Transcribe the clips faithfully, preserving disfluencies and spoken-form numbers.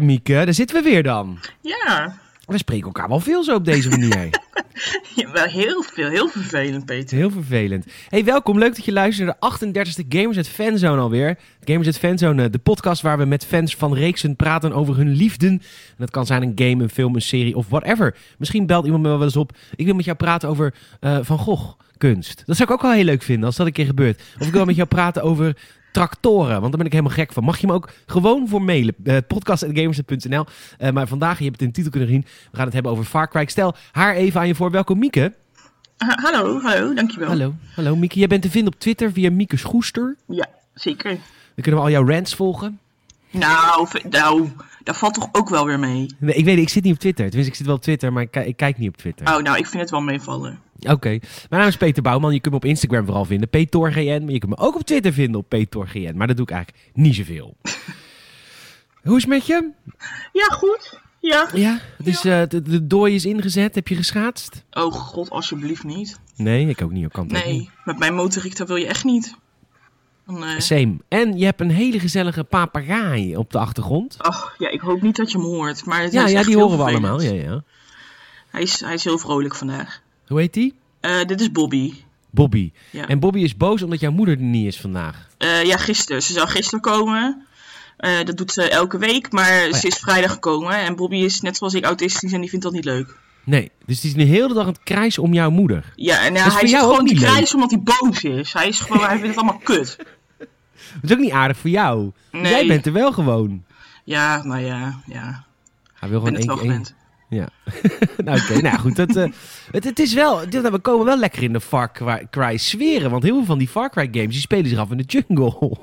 Mieke, daar zitten we weer dan. Ja. We spreken elkaar wel veel zo op deze manier. Ja, wel heel veel, heel vervelend, Peter. Heel vervelend. Hey, welkom, leuk dat je luistert naar de achtendertigste Gamers at Fanzone alweer. Gamers at Fanzone, de podcast waar we met fans van reeksen praten over hun liefden. En dat kan zijn een game, een film, een serie of whatever. Misschien belt iemand me wel eens op. Ik wil met jou praten over uh, Van Gogh kunst. Dat zou ik ook wel heel leuk vinden als dat een keer gebeurt. Of ik wil met jou praten over tractoren, want daar ben ik helemaal gek van. Mag je me ook gewoon voor mailen. Uh, podcast at gamersnet punt n l. Uh, maar vandaag, je hebt het in de titel kunnen zien, we gaan het hebben over Far Cry. Ik stel haar even aan je voor. Welkom Mieke. Uh, hallo, hallo, dankjewel. Hallo, hallo Mieke. Jij bent te vinden op Twitter via Mieke Schoester. Ja, zeker. Dan kunnen we al jouw rants volgen. Nou, nou, dat valt toch ook wel weer mee? Nee, ik weet ik zit niet op Twitter. Tenminste, ik zit wel op Twitter, maar ik, ik kijk niet op Twitter. Oh, nou, ik vind het wel meevallen. Oké. Okay. Mijn naam is Peter Bouwman. Je kunt me op Instagram vooral vinden. PetorGN. Maar je kunt me ook op Twitter vinden op PetorGN. Maar dat doe ik eigenlijk niet zoveel. Hoe is het met je? Ja, goed. Ja. Ja? Dus ja. Uh, de, de dooi is ingezet. Heb je geschaatst? Oh god, alsjeblieft niet. Nee, ik ook niet. Ik kan het nee, niet. Met mijn motorrichter wil je echt niet. Dan, uh... Same. En je hebt een hele gezellige papegaai op de achtergrond. Ach, ja, ik hoop niet dat je hem hoort. Maar het ja, is ja, echt die heel horen we vervelend. allemaal. Ja, ja. Hij is, hij is heel vrolijk vandaag. Hoe heet die? Uh, dit is Bobby. Bobby. Ja. En Bobby is boos omdat jouw moeder er niet is vandaag. Uh, ja, gisteren. Ze zou gisteren komen. Uh, dat doet ze elke week, maar oh, ja. Ze is vrijdag gekomen. En Bobby is net zoals ik autistisch en die vindt dat niet leuk. Nee, dus die is de hele dag aan het krijsen om jouw moeder. Ja, en uh, hij is gewoon die krijsen omdat hij boos is. Hij is gewoon, hij vindt het allemaal kut. Dat is ook niet aardig voor jou. Nee. Jij bent er wel gewoon. Ja, nou ja, ja. Hij wil gewoon één keer. Één... Ja. nou oké, okay, nou goed. Het, uh, het, het is wel, we komen wel lekker in de Far Cry sferen. Want heel veel van die Far Cry games, die spelen zich af in de jungle.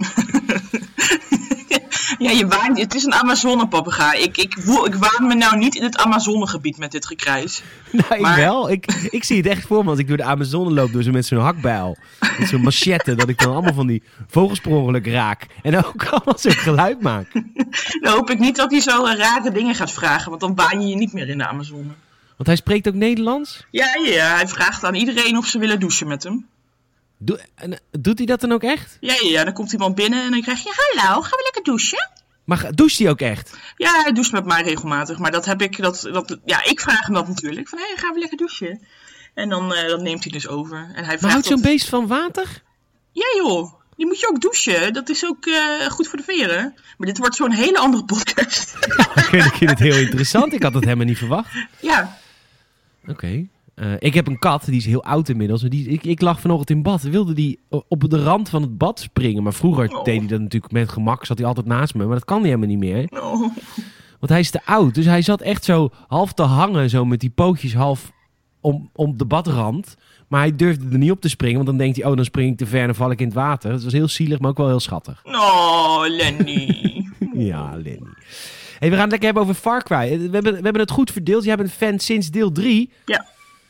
Ja, je waant, het is een Amazone-papegaai. Ik, ik, ik waan me nou niet in het Amazonegebied met dit gekrijs. Nou, maar... ik wel. Ik, ik zie het echt voor me als ik door de Amazone loop, door zo met zo'n hakbijl. Met zo'n machette, dat ik dan allemaal van die vogels per ongeluk raak. En ook allemaal zo'n geluid maak. Dan hoop ik niet dat hij zo rare dingen gaat vragen, want dan baan je je niet meer in de Amazone. Want hij spreekt ook Nederlands? Ja, ja, hij vraagt aan iedereen of ze willen douchen met hem. Do- en, doet hij dat dan ook echt? Ja, ja, dan komt iemand binnen en dan krijg je, hallo, gaan we lekker douchen? Maar doucht hij ook echt? Ja, hij doucht met mij regelmatig, maar dat heb ik, dat, dat, ja, ik vraag hem dat natuurlijk. Van, hé, hey, gaan we lekker douchen? En dan, uh, dan neemt hij dus over. En hij maar houdt zo'n dat... beest van water? Ja joh, die moet je ook douchen. Dat is ook uh, goed voor de veren. Maar dit wordt zo'n hele andere podcast. Ja, ik vind het heel interessant. Ik had het helemaal niet verwacht. Ja. Oké. Okay. Uh, ik heb een kat, die is heel oud inmiddels. Die, ik, ik lag vanochtend in bad. Wilde die op de rand van het bad springen. Maar vroeger oh. deed hij dat natuurlijk met gemak. Zat hij altijd naast me. Maar dat kan hij helemaal niet meer. Oh. Want hij is te oud. Dus hij zat echt zo half te hangen. Zo met die pootjes half om, om de badrand. Maar hij durfde er niet op te springen. Want dan denkt hij, oh dan spring ik te ver en dan val ik in het water. Het was heel zielig, maar ook wel heel schattig. Oh, Lenny. Ja, Lenny. Hey, we gaan het lekker hebben over Far Cry. We hebben, we hebben het goed verdeeld. Jij bent een fan sinds deel drie. Ja.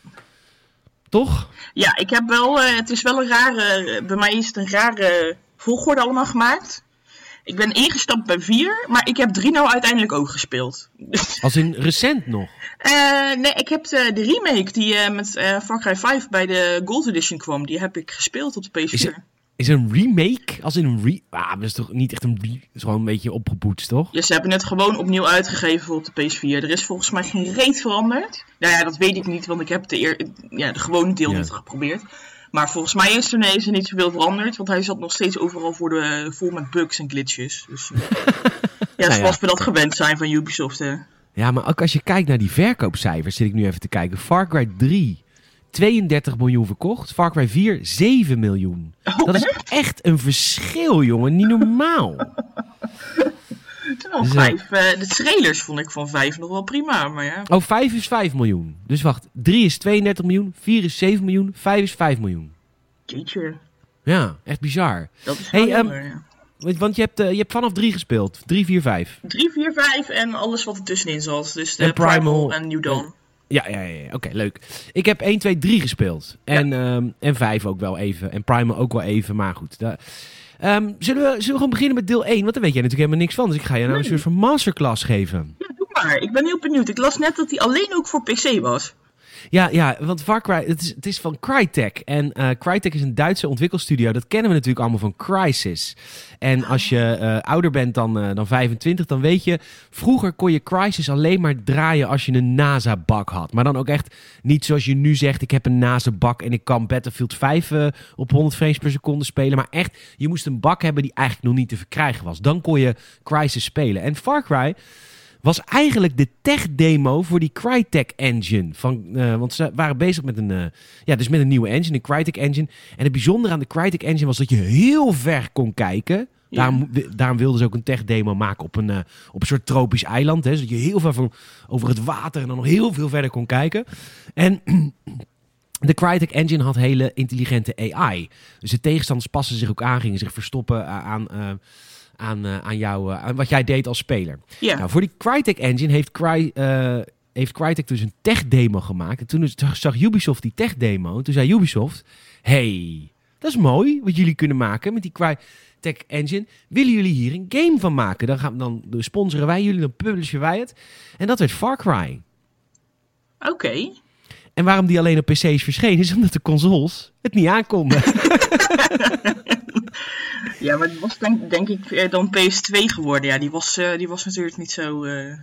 Toch? Ja, ik heb wel, uh, het is wel een rare, bij mij is het een rare volgorde allemaal gemaakt. Ik ben ingestapt bij vier, maar ik heb drie nou uiteindelijk ook gespeeld. Als in recent nog? Uh, nee, ik heb de, de remake die uh, met uh, Far Cry vijf bij de Gold Edition kwam, die heb ik gespeeld op de P S vier. Is er, is er een remake? Als in een re... Ah, dat is toch niet echt een re... Dat is gewoon een beetje opgepoetst, toch? Ja, ze hebben het gewoon opnieuw uitgegeven voor op de P S vier. Er is volgens mij geen reet veranderd. Nou ja, dat weet ik niet, want ik heb de, eer... ja, de gewone deel ja. niet geprobeerd. Maar volgens mij is er, nee, is er niet zoveel veranderd, want hij zat nog steeds overal voor de, vol met bugs en glitches. Dus ja, ja zoals nou ja. we dat gewend zijn van Ubisoft, hè. Ja, maar ook als je kijkt naar die verkoopcijfers, zit ik nu even te kijken. Far Cry drie, tweeëndertig miljoen verkocht. Far Cry vier, zeven miljoen. Oh, dat is echt een verschil, jongen. Niet normaal. Terwijl vijf, uh, de trailers vond ik van vijf nog wel prima, maar ja. Oh, vijf is vijf miljoen. Dus wacht, drie is tweeëndertig miljoen, vier is zeven miljoen, vijf is vijf miljoen. Jeetje. Ja, echt bizar. Dat is wel hey, jammer, um, ja. Want je hebt, uh, je hebt vanaf drie gespeeld. drie, vier, vijf. drie, vier, vijf en alles wat er tussenin zat. Dus de en Primal, Primal en New Dawn. Ja, ja, ja, ja. Oké, okay, leuk. Ik heb één, twee, drie gespeeld. En, ja. um, en vijf ook wel even. En Primal ook wel even, maar goed. Da- um, zullen, we, zullen we gewoon beginnen met deel één? Want daar weet jij natuurlijk helemaal niks van. Dus ik ga je nou nee. een soort van masterclass geven. Ja, doe maar. Ik ben heel benieuwd. Ik las net dat hij alleen ook voor P C was. Ja, ja, want Far Cry, het is, het is van Crytek. En uh, Crytek is een Duitse ontwikkelstudio. Dat kennen we natuurlijk allemaal van Crysis. En als je uh, ouder bent dan, uh, dan vijfentwintig, dan weet je... Vroeger kon je Crysis alleen maar draaien als je een NASA-bak had. Maar dan ook echt niet zoals je nu zegt... ik heb een NASA-bak en ik kan Battlefield vijf uh, op honderd frames per seconde spelen. Maar echt, je moest een bak hebben die eigenlijk nog niet te verkrijgen was. Dan kon je Crysis spelen. En Far Cry... was eigenlijk de tech-demo voor die Crytek engine. Van, uh, want ze waren bezig met een, uh, ja, dus met een nieuwe engine, een Crytek engine. En het bijzondere aan de Crytek engine was dat je heel ver kon kijken. Ja. Daarom, daarom wilden ze ook een tech-demo maken op een, uh, op een soort tropisch eiland. Hè, zodat je heel ver van, over het water en dan nog heel veel verder kon kijken. En... de Crytek engine had hele intelligente A I. Dus de tegenstanders passen zich ook aan, gingen zich verstoppen aan... Uh, Aan, uh, aan, jou, uh, aan wat jij deed als speler. Yeah. Nou, voor die Crytek engine heeft, Cry, uh, heeft Crytek dus een tech-demo gemaakt. En toen zag Ubisoft die tech-demo. En toen zei Ubisoft... hey, dat is mooi wat jullie kunnen maken met die Crytek engine. Willen jullie hier een game van maken? Dan, gaan, dan sponsoren wij jullie, dan publishen wij het. En dat werd Far Cry. Oké. Okay. En waarom die alleen op P C's verscheen... is omdat de consoles het niet aankonden. Ja, maar die was denk, denk ik dan P S twee geworden. Ja, die was, uh, die was natuurlijk niet zo... Uh...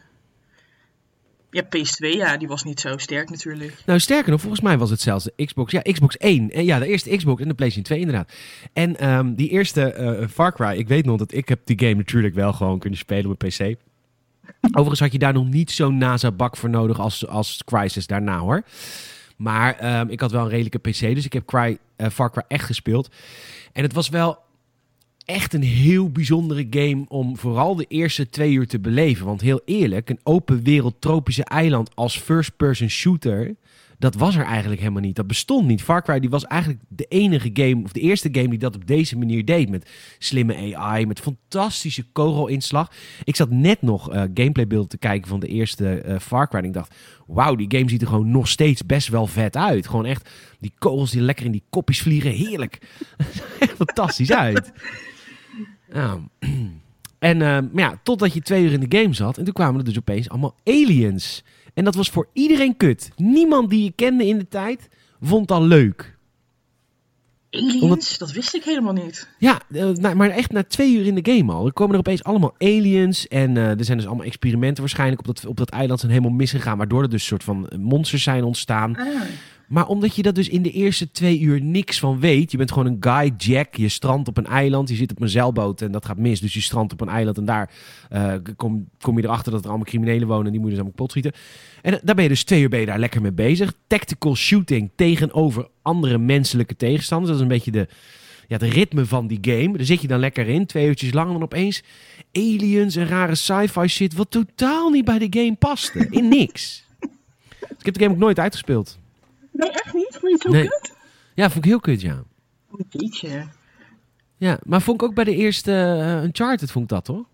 Ja, P S twee, ja, die was niet zo sterk natuurlijk. Nou, sterker nog, volgens mij was het zelfs de Xbox... Ja, Xbox één. En ja, de eerste Xbox en de PlayStation twee inderdaad. En um, die eerste uh, Far Cry... Ik weet nog dat ik heb die game natuurlijk wel gewoon kunnen spelen op een P C. Overigens had je daar nog niet zo'n NASA-bak voor nodig als, als Crysis daarna, hoor. Maar um, ik had wel een redelijke P C, dus ik heb Cry, uh, Far Cry echt gespeeld. En het was wel... echt een heel bijzondere game om vooral de eerste twee uur te beleven. Want heel eerlijk, een open wereld tropische eiland als first-person shooter... dat was er eigenlijk helemaal niet. Dat bestond niet. Far Cry die was eigenlijk de enige game... of de eerste game die dat op deze manier deed. Met slimme A I, met fantastische kogelinslag. Ik zat net nog uh, gameplaybeelden te kijken van de eerste uh, Far Cry... en ik dacht, wauw, die game ziet er gewoon nog steeds best wel vet uit. Gewoon echt die kogels die lekker in die kopjes vliegen. Heerlijk. Echt fantastisch uit. Nou, en uh, maar ja, totdat je twee uur in de game zat... en toen kwamen er dus opeens allemaal aliens. En dat was voor iedereen kut. Niemand die je kende in de tijd vond dat leuk. Aliens? Omdat... Dat wist ik helemaal niet. Ja, uh, na, maar echt na twee uur in de game al. Er komen er opeens allemaal aliens. En uh, er zijn dus allemaal experimenten waarschijnlijk op dat, op dat eiland zijn helemaal misgegaan. Waardoor er dus een soort van monsters zijn ontstaan. Ah. Maar omdat je dat dus in de eerste twee uur niks van weet. Je bent gewoon een guy, Jack. Je strandt op een eiland. Je zit op een zeilboot en dat gaat mis. Dus je strandt op een eiland en daar uh, kom, kom je erachter dat er allemaal criminelen wonen. En die moet je dus allemaal kapot schieten. En uh, daar ben je dus twee uur ben je daar lekker mee bezig. Tactical shooting tegenover andere menselijke tegenstanders. Dat is een beetje de, ja, de ritme van die game. Daar zit je dan lekker in. Twee uurtjes lang en dan opeens aliens en rare sci-fi shit. Wat totaal niet bij de game paste. In niks. Dus ik heb de game ook nooit uitgespeeld. Nee, echt niet? Vond je het zo nee. kut? Ja, vond ik heel kut, ja. Oh, jeetje. Ja, maar vond ik ook bij de eerste uh, Uncharted, vond ik dat, hoor.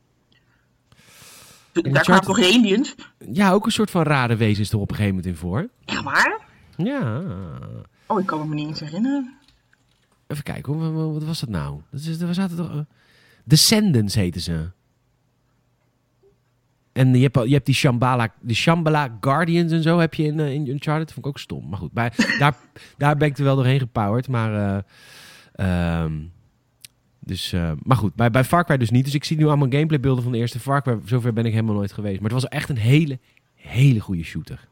Daar kwamen toch aliens? Ja, ook een soort van rare wezens er op een gegeven moment in voor. Ja, maar? Ja. Oh, ik kan me niet eens herinneren. Even kijken, hoor. Wat was dat nou? Dat is, we zaten toch... Uh, Descendants heten ze. En je hebt, je hebt die Shambhala, de Shambhala Guardians en zo heb je in, uh, in Uncharted. Dat vond ik ook stom. Maar goed, bij, daar, daar ben ik er wel doorheen gepowerd. Maar, uh, um, dus, uh, maar goed, bij, bij Far Cry dus niet. Dus ik zie nu allemaal gameplaybeelden van de eerste Far Cry. Zover ben ik helemaal nooit geweest. Maar het was echt een hele, hele goede shooter.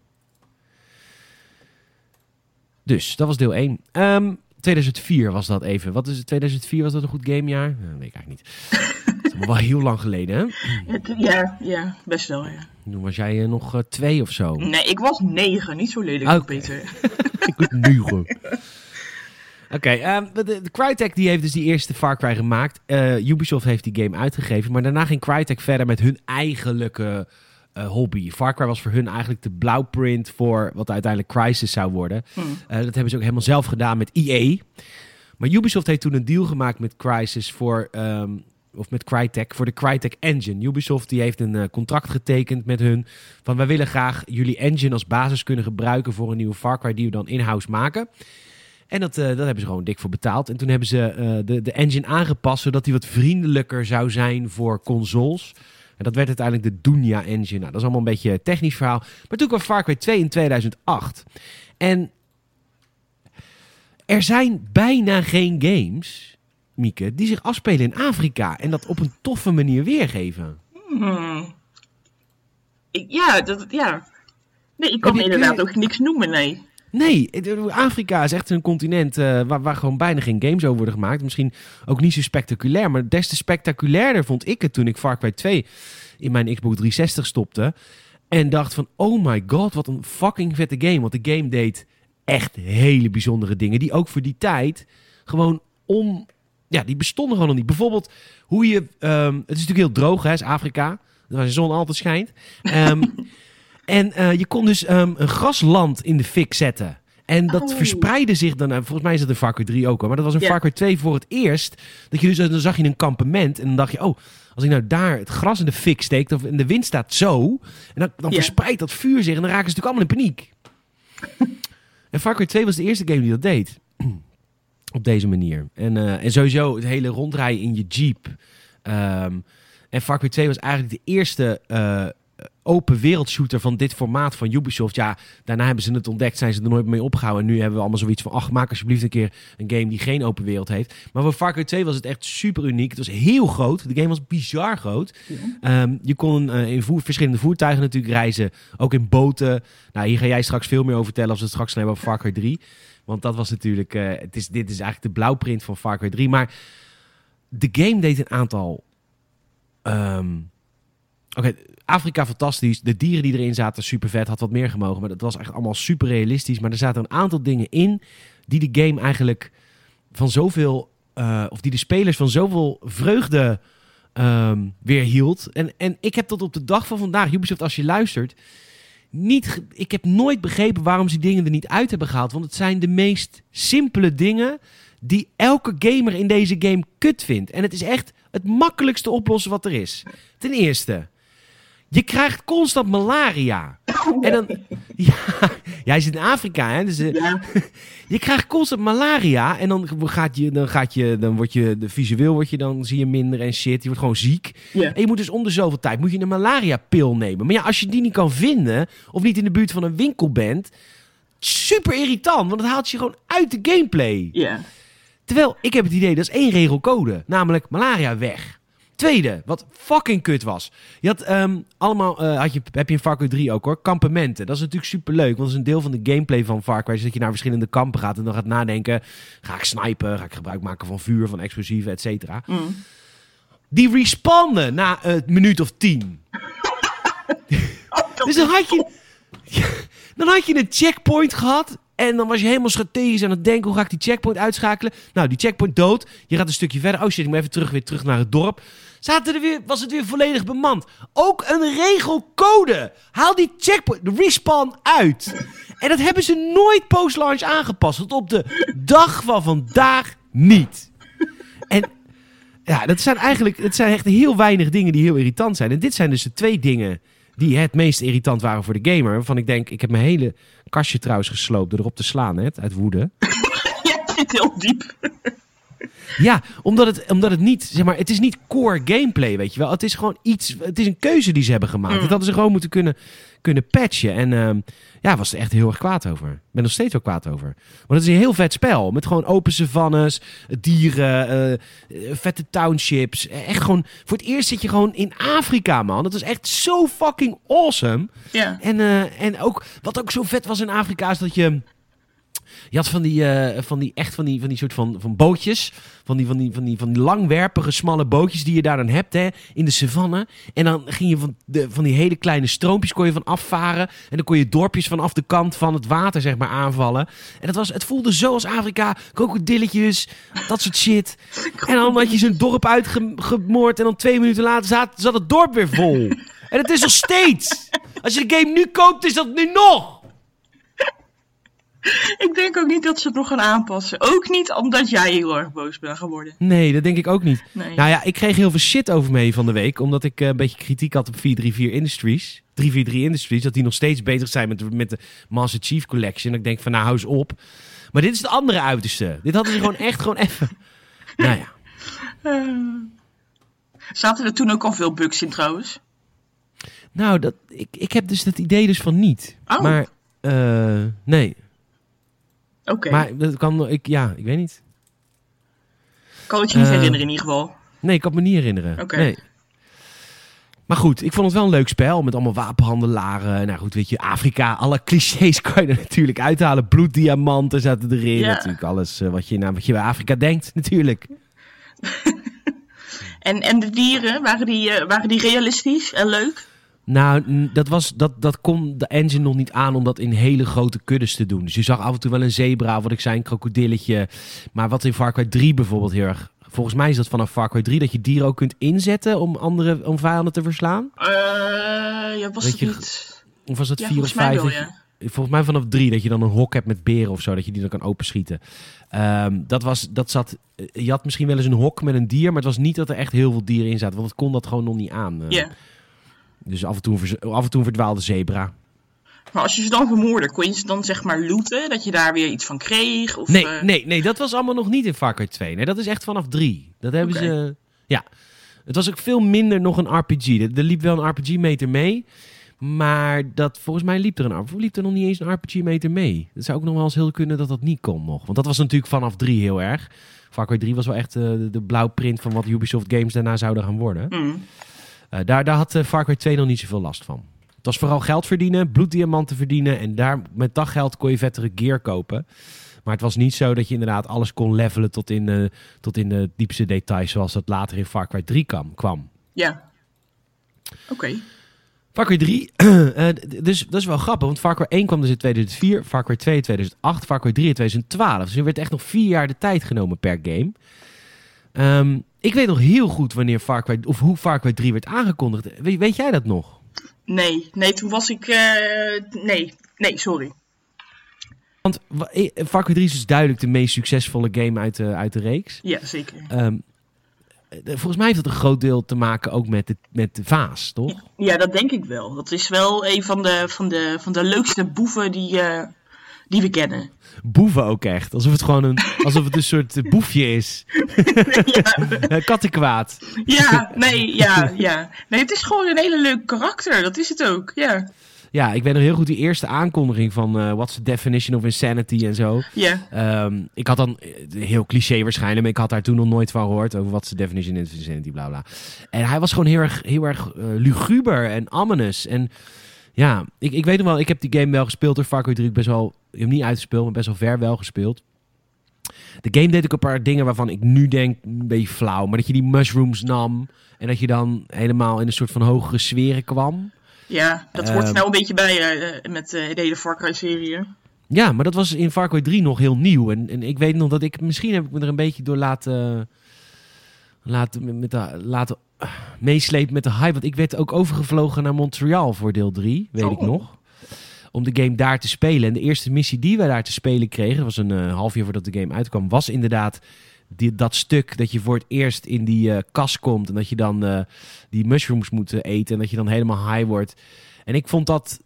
Dus, dat was deel één. Um, tweeduizend vier was dat even. Wat is het? tweeduizend vier was dat een goed gamejaar? Nou, dat weet ik eigenlijk niet. Dat is allemaal wel heel lang geleden, hè? Ja, ja, best wel, ja. Toen was jij uh, nog uh, twee of zo. Nee, ik was negen. Niet zo lelijk, okay. Peter. Ik was negen. Oké, okay, um, de, de Crytek die heeft dus die eerste Far Cry gemaakt. Uh, Ubisoft heeft die game uitgegeven. Maar daarna ging Crytek verder met hun eigenlijke uh, hobby. Far Cry was voor hun eigenlijk de blauwprint voor wat uiteindelijk Crysis zou worden. Hmm. Uh, dat hebben ze ook helemaal zelf gedaan met E A. Maar Ubisoft heeft toen een deal gemaakt met Crysis voor... Um, of met Crytek, voor de Crytek Engine. Ubisoft die heeft een uh, contract getekend met hun. Van wij willen graag jullie engine als basis kunnen gebruiken voor een nieuwe Far Cry die we dan in-house maken. En dat, uh, dat hebben ze gewoon dik voor betaald. En toen hebben ze uh, de, de engine aangepast zodat die wat vriendelijker zou zijn voor consoles. En dat werd uiteindelijk de Dunia Engine. Nou, dat is allemaal een beetje een technisch verhaal. Maar toen kwam Far Cry twee in tweeduizend acht. En er zijn bijna geen games, Mieke, die zich afspelen in Afrika. En dat op een toffe manier weergeven. Hmm. Ik, ja, dat, ja. Nee, ik kan inderdaad ook niks noemen, nee. Nee, Afrika is echt een continent uh, waar, waar gewoon bijna geen games over worden gemaakt. Misschien ook niet zo spectaculair, maar des te spectaculairder vond ik het toen ik Far Cry twee in mijn Xbox driehonderdzestig stopte. En dacht van, oh my god, wat een fucking vette game. Want de game deed echt hele bijzondere dingen die ook voor die tijd gewoon om... Ja, die bestonden gewoon nog niet. Bijvoorbeeld hoe je... Um, het is natuurlijk heel droog, hè, is Afrika. Waar de zon altijd schijnt. Um, en uh, je kon dus um, een grasland in de fik zetten. En dat oh. verspreidde zich dan... Volgens mij is dat in Far Cry drie ook al. Maar dat was in yeah. Far Cry twee voor het eerst. Dat je dus, dan zag je een kampement. En dan dacht je, oh, als ik nou daar het gras in de fik steek... Of en de wind staat zo. En dan, dan yeah. verspreidt dat vuur zich. En dan raken ze natuurlijk allemaal in paniek. En Far Cry twee was de eerste game die dat deed. Op deze manier. En, uh, en sowieso het hele rondrijden in je Jeep. Um, en Far Cry twee was eigenlijk de eerste uh, open wereld shooter van dit formaat van Ubisoft. Ja, daarna hebben ze het ontdekt, zijn ze er nooit mee opgehouden. En nu hebben we allemaal zoiets van, ach, maak alsjeblieft een keer een game die geen open wereld heeft. Maar voor Far Cry twee was het echt super uniek. Het was heel groot. De game was bizar groot. Ja. Um, je kon uh, in voer, verschillende voertuigen natuurlijk reizen. Ook in boten. Nou, hier ga jij straks veel meer over vertellen als we het straks gaan hebben over Far Cry drie. Want dat was natuurlijk... Uh, het is, dit is eigenlijk de blauwprint van Far Cry drie. Maar de game deed een aantal... Um, Oké, okay, Afrika fantastisch. De dieren die erin zaten, super vet. Had wat meer gemogen. Maar dat was echt allemaal super realistisch. Maar er zaten een aantal dingen in... die de game eigenlijk van zoveel... Uh, of die de spelers van zoveel vreugde um, weerhield. En, en ik heb tot op de dag van vandaag... Ubisoft, als je luistert... Niet, ik heb nooit begrepen waarom ze die dingen er niet uit hebben gehaald. Want het zijn de meest simpele dingen die elke gamer in deze game kut vindt. En het is echt het makkelijkste oplossen wat er is. Ten eerste, je krijgt constant malaria. En dan, ja, jij zit in Afrika, hè? Dus, uh, ja. Je krijgt constant malaria en dan gaat je, dan gaat je, dan word je, de visueel word je, dan zie je minder en shit. Je wordt gewoon ziek. Ja. En je moet dus om de zoveel tijd moet je een malaria-pil nemen. Maar ja, als je die niet kan vinden of niet in de buurt van een winkel bent, super irritant, want het haalt je gewoon uit de gameplay. Ja. Terwijl ik heb het idee, dat is één regelcode, namelijk malaria weg. Tweede, wat fucking kut was. Je had um, allemaal, uh, had je, heb je in Far Cry drie ook hoor, kampementen. Dat is natuurlijk superleuk, want dat is een deel van de gameplay van Far Cry. Dus dat je naar verschillende kampen gaat en dan gaat nadenken. Ga ik snipen, ga ik gebruik maken van vuur, van explosieven, et cetera. Mm. Die respawnen na een uh, minuut of tien. Dus dan had je... Dan had je een checkpoint gehad. En dan was je helemaal strategisch aan het denken, hoe ga ik die checkpoint uitschakelen? Nou, die checkpoint dood. Je gaat een stukje verder. Oh shit, ik moet even terug, weer terug naar het dorp. Zaten er weer, was het weer volledig bemand. Ook een regelcode. Haal die checkpoint, de respawn uit. En dat hebben ze nooit post-launch aangepast. Tot op de dag van vandaag niet. En ja, dat zijn eigenlijk, het zijn echt heel weinig dingen die heel irritant zijn. En dit zijn dus de twee dingen die het meest irritant waren voor de gamer. Waarvan ik denk, ik heb mijn hele kastje trouwens gesloopt door erop te slaan, net, uit woede. Ja, het zit heel diep. Ja, omdat het, omdat het niet, zeg maar, het is niet core gameplay, weet je wel. Het is gewoon iets, het is een keuze die ze hebben gemaakt. Mm. Dat hadden ze gewoon moeten kunnen, kunnen patchen. En uh, ja, was er echt heel erg kwaad over. Ik ben nog steeds wel kwaad over. Want het is een heel vet spel. Met gewoon open savannes, dieren, uh, vette townships. Echt gewoon, voor het eerst zit je gewoon in Afrika, man. Dat is echt zo fucking awesome. Ja. En, uh, en ook, wat ook zo vet was in Afrika is dat je... Je had van die, uh, van die echt van die, van die soort van, van bootjes. Van die, van, die, van, die, van die langwerpige, smalle bootjes die je daar dan hebt, hè, in de savanne. En dan ging je van, de, van die hele kleine stroompjes kon je van afvaren. En dan kon je dorpjes vanaf de kant van het water, zeg maar, aanvallen. En dat was, het voelde zo als Afrika. Krokodilletjes, dat soort shit. En dan had je zo'n dorp uitgemoord. En dan twee minuten later zat, zat het dorp weer vol. En het is nog steeds. Als je de game nu koopt, is dat nu nog. Ik denk ook niet dat ze het nog gaan aanpassen. Ook niet omdat jij heel erg boos bent geworden. Nee, dat denk ik ook niet. Nee. Nou ja, ik kreeg heel veel shit over me van de week. Omdat ik uh, een beetje kritiek had op vier drie vier Industries. drie vier drie Industries. Dat die nog steeds bezig zijn met, met de Master Chief Collection. En ik denk van, nou, hou eens op. Maar dit is de andere uiterste. Dit hadden ze gewoon echt gewoon even... Nou ja. Uh, zaten er toen ook al veel bugs in trouwens? Nou, dat, ik, ik heb dus dat idee dus van niet. Oh. Maar, uh, nee... Oké. Okay. Maar dat kan ik, ja, ik weet niet. Kan het je niet uh, herinneren in ieder geval? Nee, ik kan het me niet herinneren. Oké. Okay. Nee. Maar goed, ik vond het wel een leuk spel met allemaal wapenhandelaren. Nou goed, weet je, Afrika, alle clichés kan je er natuurlijk uithalen. Bloeddiamanten zaten erin. Ja. Natuurlijk alles uh, wat, je, nou, wat je bij Afrika denkt, natuurlijk. en, en de dieren, waren die, uh, waren die realistisch en leuk? Nou, dat, was, dat, dat kon de engine nog niet aan om dat in hele grote kuddes te doen. Dus je zag af en toe wel een zebra, wat ik zei, een krokodilletje. Maar wat in Far Cry drie bijvoorbeeld heel erg... Volgens mij is dat vanaf Far Cry drie dat je dieren ook kunt inzetten om, andere, om vijanden te verslaan. Uh, ja, was het niet... Of was het ja, vier of vijf? Wel, ja. je, volgens mij vanaf drie dat je dan een hok hebt met beren of zo, dat je die dan kan openschieten. Um, dat was, dat zat, je had misschien wel eens een hok met een dier, maar het was niet dat er echt heel veel dieren in zaten, want het kon dat gewoon nog niet aan. Ja. Uh. Dus af en toe, af en toe verdwaalde zebra. Maar als je ze dan vermoordde, kon je ze dan zeg maar looten? Dat je daar weer iets van kreeg? Of, nee, uh... nee, nee, dat was allemaal nog niet in Far Cry twee. Nee, dat is echt vanaf drie. Dat hebben okay. ze... Ja. Het was ook veel minder nog een R P G. Er, er liep wel een R P G-meter mee. Maar dat, volgens mij liep er, een, liep er nog niet eens een R P G-meter mee. Dat zou ook nog wel eens heel kunnen dat dat niet kon nog. Want dat was natuurlijk vanaf drie heel erg. Far Cry drie was wel echt uh, de, de blauwprint van wat Ubisoft Games daarna zouden gaan worden. Mm. Uh, daar, daar had uh, Far Cry twee nog niet zoveel last van. Het was vooral geld verdienen, bloeddiamanten verdienen. En daar met dat geld kon je vettere gear kopen. Maar het was niet zo dat je inderdaad alles kon levelen tot in, uh, tot in de diepste details. Zoals dat later in Far Cry drie kwam. kwam. Ja. Oké. Okay. Far Cry drie, uh, dus dat is wel grappig. Want Far Cry één kwam dus in tweeduizend vier. Far Cry twee in tweeduizend acht. Far Cry drie in tweeduizend twaalf. Dus er werd echt nog vier jaar de tijd genomen per game. Um, ik weet nog heel goed wanneer Far Cry, of hoe Far Cry drie werd aangekondigd. We, weet jij dat nog? Nee, nee, toen was ik... Uh, nee, nee, sorry. Want Far Cry drie is dus duidelijk de meest succesvolle game uit de, uit de reeks. Ja, zeker. Um, volgens mij heeft dat een groot deel te maken ook met de, met de vaas, toch? Ja, ja, dat denk ik wel. Dat is wel een van de, van de, van de leukste boeven die, uh, die we kennen. Boeven ook echt. Alsof het gewoon een, alsof het een soort boefje is. Ja. Kattenkwaad. Ja, nee, ja, ja. Nee, het is gewoon een hele leuk karakter. Dat is het ook, ja. Ja, ik weet nog heel goed die eerste aankondiging van uh, what's the definition of insanity en zo. Ja. Um, ik had dan, heel cliché waarschijnlijk, maar ik had daar toen nog nooit van gehoord over what's the definition of insanity, bla bla. En hij was gewoon heel erg, heel erg uh, luguber en ominous. En ja, ik, ik weet nog wel, ik heb die game wel gespeeld door Far Cry drie, best wel, ik heb niet uitgespeeld, maar best wel ver wel gespeeld. De game deed ook een paar dingen waarvan ik nu denk, een beetje flauw, maar dat je die mushrooms nam en dat je dan helemaal in een soort van hogere sferen kwam. Ja, dat hoort uh, nou een beetje bij uh, met uh, de hele Far Cry-serie. Ja, maar dat was in Far Cry drie nog heel nieuw. En, en ik weet nog dat ik... Misschien heb ik me er een beetje door laten... Laten, met de, laten uh, meeslepen met de hype. Want ik werd ook overgevlogen naar Montreal voor deel drie. Weet oh. ik nog. Om de game daar te spelen. En de eerste missie die wij daar te spelen kregen... was een uh, half jaar voordat de game uitkwam... was inderdaad... Die, dat stuk dat je voor het eerst in die uh, kas komt... en dat je dan uh, die mushrooms moet uh, eten... en dat je dan helemaal high wordt. En ik vond dat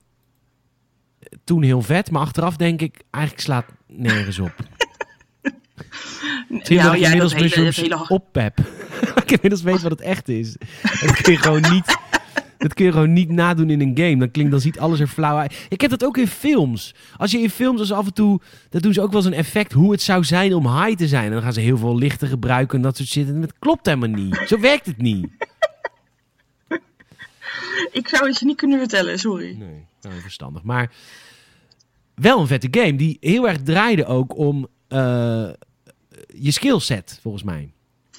toen heel vet... maar achteraf denk ik, eigenlijk slaat nergens op. Zie je nou, dat ik ja, inmiddels dat mushrooms hele, hele... op heb? Ik inmiddels weet wat het echt is. Dat kun je gewoon niet... Dat kun je gewoon niet nadoen in een game. Dan klinkt, dan ziet alles er flauw uit. Ik heb dat ook in films. Als je in films als af en toe... Dat doen ze ook wel eens een effect hoe het zou zijn om high te zijn. En dan gaan ze heel veel lichten gebruiken en dat soort shit. En dat klopt helemaal niet. Zo werkt het niet. Ik zou het je niet kunnen vertellen, sorry. Nee, nou, verstandig. Maar wel een vette game die heel erg draaide ook om uh, je skillset, volgens mij.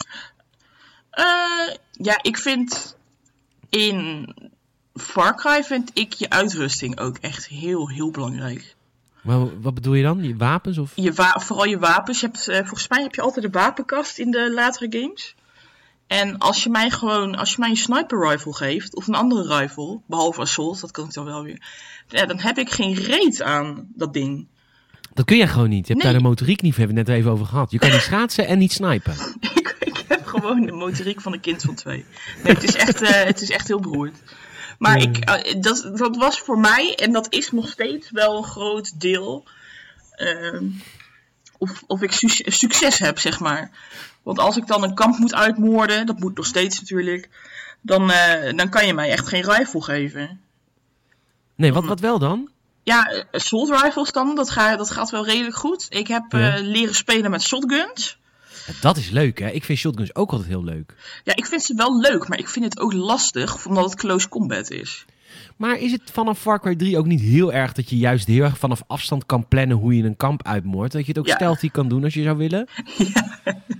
Uh, ja, ik vind... In Far Cry vind ik je uitrusting ook echt heel, heel belangrijk. Maar wat bedoel je dan? Je wapens? Of? Je wa- vooral je wapens. Je hebt, uh, volgens mij heb je altijd een wapenkast in de latere games. En als je mij gewoon, als je mij een sniper rifle geeft, of een andere rifle, behalve assault, dat kan ik dan wel weer. Ja, dan heb ik geen reet aan dat ding. Dat kun je gewoon niet. Je hebt nee. daar de motoriek niet, hebben we het net even over gehad. Je kan niet schaatsen en niet snipen. ik, ik heb gewoon de motoriek van een kind van twee. Nee, het is echt, uh, het is echt heel beroerd. Maar mm. ik, uh, dat, dat was voor mij, en dat is nog steeds wel een groot deel, uh, of, of ik su- succes heb, zeg maar. Want als ik dan een kamp moet uitmoorden, dat moet nog steeds natuurlijk, dan, uh, dan kan je mij echt geen rifle geven. Nee, wat, wat wel dan? Ja, assault rifles dan, dat, ga, dat gaat wel redelijk goed. Ik heb ja. uh, leren spelen met shotguns. Ja, dat is leuk, hè? Ik vind shotguns ook altijd heel leuk. Ja, ik vind ze wel leuk, maar ik vind het ook lastig, omdat het close combat is. Maar is het vanaf Far Cry drie ook niet heel erg dat je juist heel erg vanaf afstand kan plannen hoe je een kamp uitmoordt? Dat je het ook ja. stealthy kan doen als je zou willen? Ja,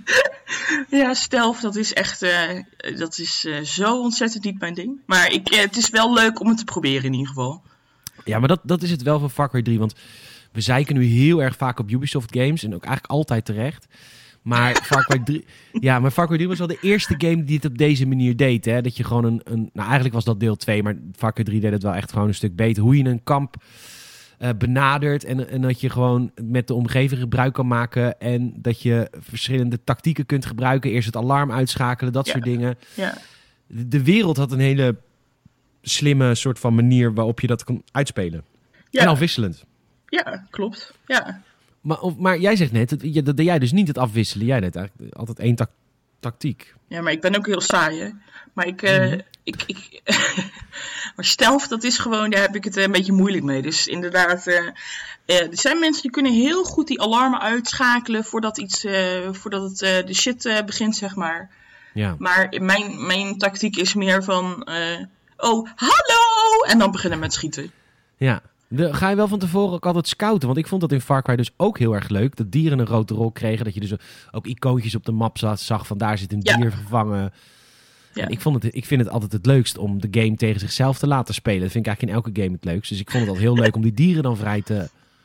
ja stealth, dat is echt uh, dat is, uh, zo ontzettend niet mijn ding. Maar ik, uh, het is wel leuk om het te proberen in ieder geval. Ja, maar dat, dat is het wel van Far Cry drie, want we zeiken nu heel erg vaak op Ubisoft games en ook eigenlijk altijd terecht. Maar Far Cry drie, ja, maar Far Cry drie was wel de eerste game die het op deze manier deed. Hè? Dat je gewoon een, een... Nou, eigenlijk was dat deel twee, maar Far Cry drie deed het wel echt gewoon een stuk beter. Hoe je een kamp uh, benadert en, en dat je gewoon met de omgeving gebruik kan maken. En dat je verschillende tactieken kunt gebruiken. Eerst het alarm uitschakelen, dat ja. soort dingen. Ja. De, de wereld had een hele slimme soort van manier waarop je dat kon uitspelen. Ja. En afwisselend. Ja, klopt. Ja. Maar, of, maar jij zegt net, dat, dat deed jij dus niet het afwisselen. Jij deed eigenlijk altijd één tak- tactiek. Ja, maar ik ben ook heel saai, hè. Maar ik... Uh, mm-hmm. ik, ik maar stealth, dat is gewoon... Daar heb ik het een beetje moeilijk mee. Dus inderdaad... Uh, uh, er zijn mensen die kunnen heel goed die alarmen uitschakelen... voordat, iets, uh, voordat het, uh, de shit uh, begint, zeg maar. Ja. Maar mijn, mijn tactiek is meer van... Uh, oh, hallo! En dan beginnen met schieten. Ja. De, ga je wel van tevoren ook altijd scouten? Want ik vond dat in Far Cry dus ook heel erg leuk. Dat dieren een grote rol kregen. Dat je dus ook icoontjes op de map zag. zag van daar zit een dier ja. vervangen. Ja. Ik, vond het, ik vind het altijd het leukst om de game tegen zichzelf te laten spelen. Dat vind ik eigenlijk in elke game het leukst. Dus ik vond het altijd heel leuk om die dieren dan vrij te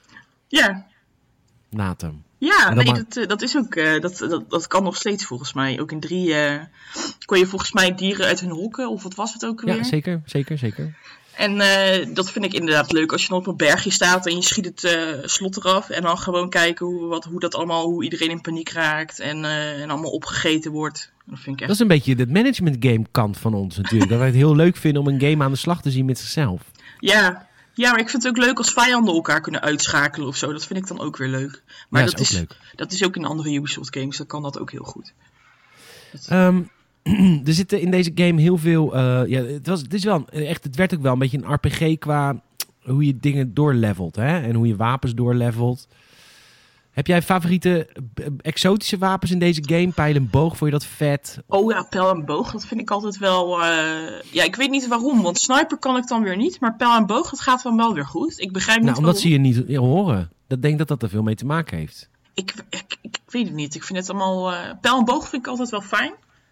ja. laten. Ja, nee, maar... dat, dat is ook... Uh, dat, dat, dat kan nog steeds volgens mij. Ook in drie uh, kon je volgens mij dieren uit hun hokken. Of wat was het ook weer? Ja, zeker, zeker, zeker. En uh, dat vind ik inderdaad leuk als je dan op een bergje staat en je schiet het uh, slot eraf. En dan gewoon kijken hoe, wat, hoe dat allemaal, hoe iedereen in paniek raakt en, uh, en allemaal opgegeten wordt. Dat vind ik echt... Dat is een beetje de management game kant van ons natuurlijk. Dat wij het heel leuk vinden om een game aan de slag te zien met zichzelf. Ja, ja, maar ik vind het ook leuk als vijanden elkaar kunnen uitschakelen of zo. Dat vind ik dan ook weer leuk. Maar ja, dat, is is, leuk. dat is ook in andere Ubisoft games, dan kan dat ook heel goed. Dat... Um, er zitten in deze game heel veel... Uh, ja, het, was, het, is wel een, echt, het werd ook wel een beetje een R P G qua hoe je dingen doorlevelt. Hè? En hoe je wapens doorlevelt. Heb jij favoriete exotische wapens in deze game? Pijl en boog, vond je dat vet? Oh ja, pijl en boog, dat vind ik altijd wel... Uh... Ja, ik weet niet waarom, want sniper kan ik dan weer niet. Maar pijl en boog, dat gaat dan wel weer goed. Ik begrijp niet nou, omdat waarom. ze je niet horen. Ik denk dat dat er veel mee te maken heeft. Ik, ik, ik weet het niet. Ik vind het allemaal... Uh... Pijl en boog vind ik altijd wel fijn.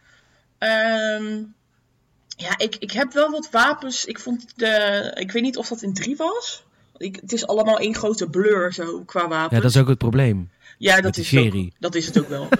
Um, ja, ik, ik heb wel wat wapens. Ik vond de... Ik weet niet of dat in drie was. Ik, het is allemaal één grote blur zo qua wapens. Ja, dat is ook het probleem. Ja, dat, is, het ook, dat is het ook wel.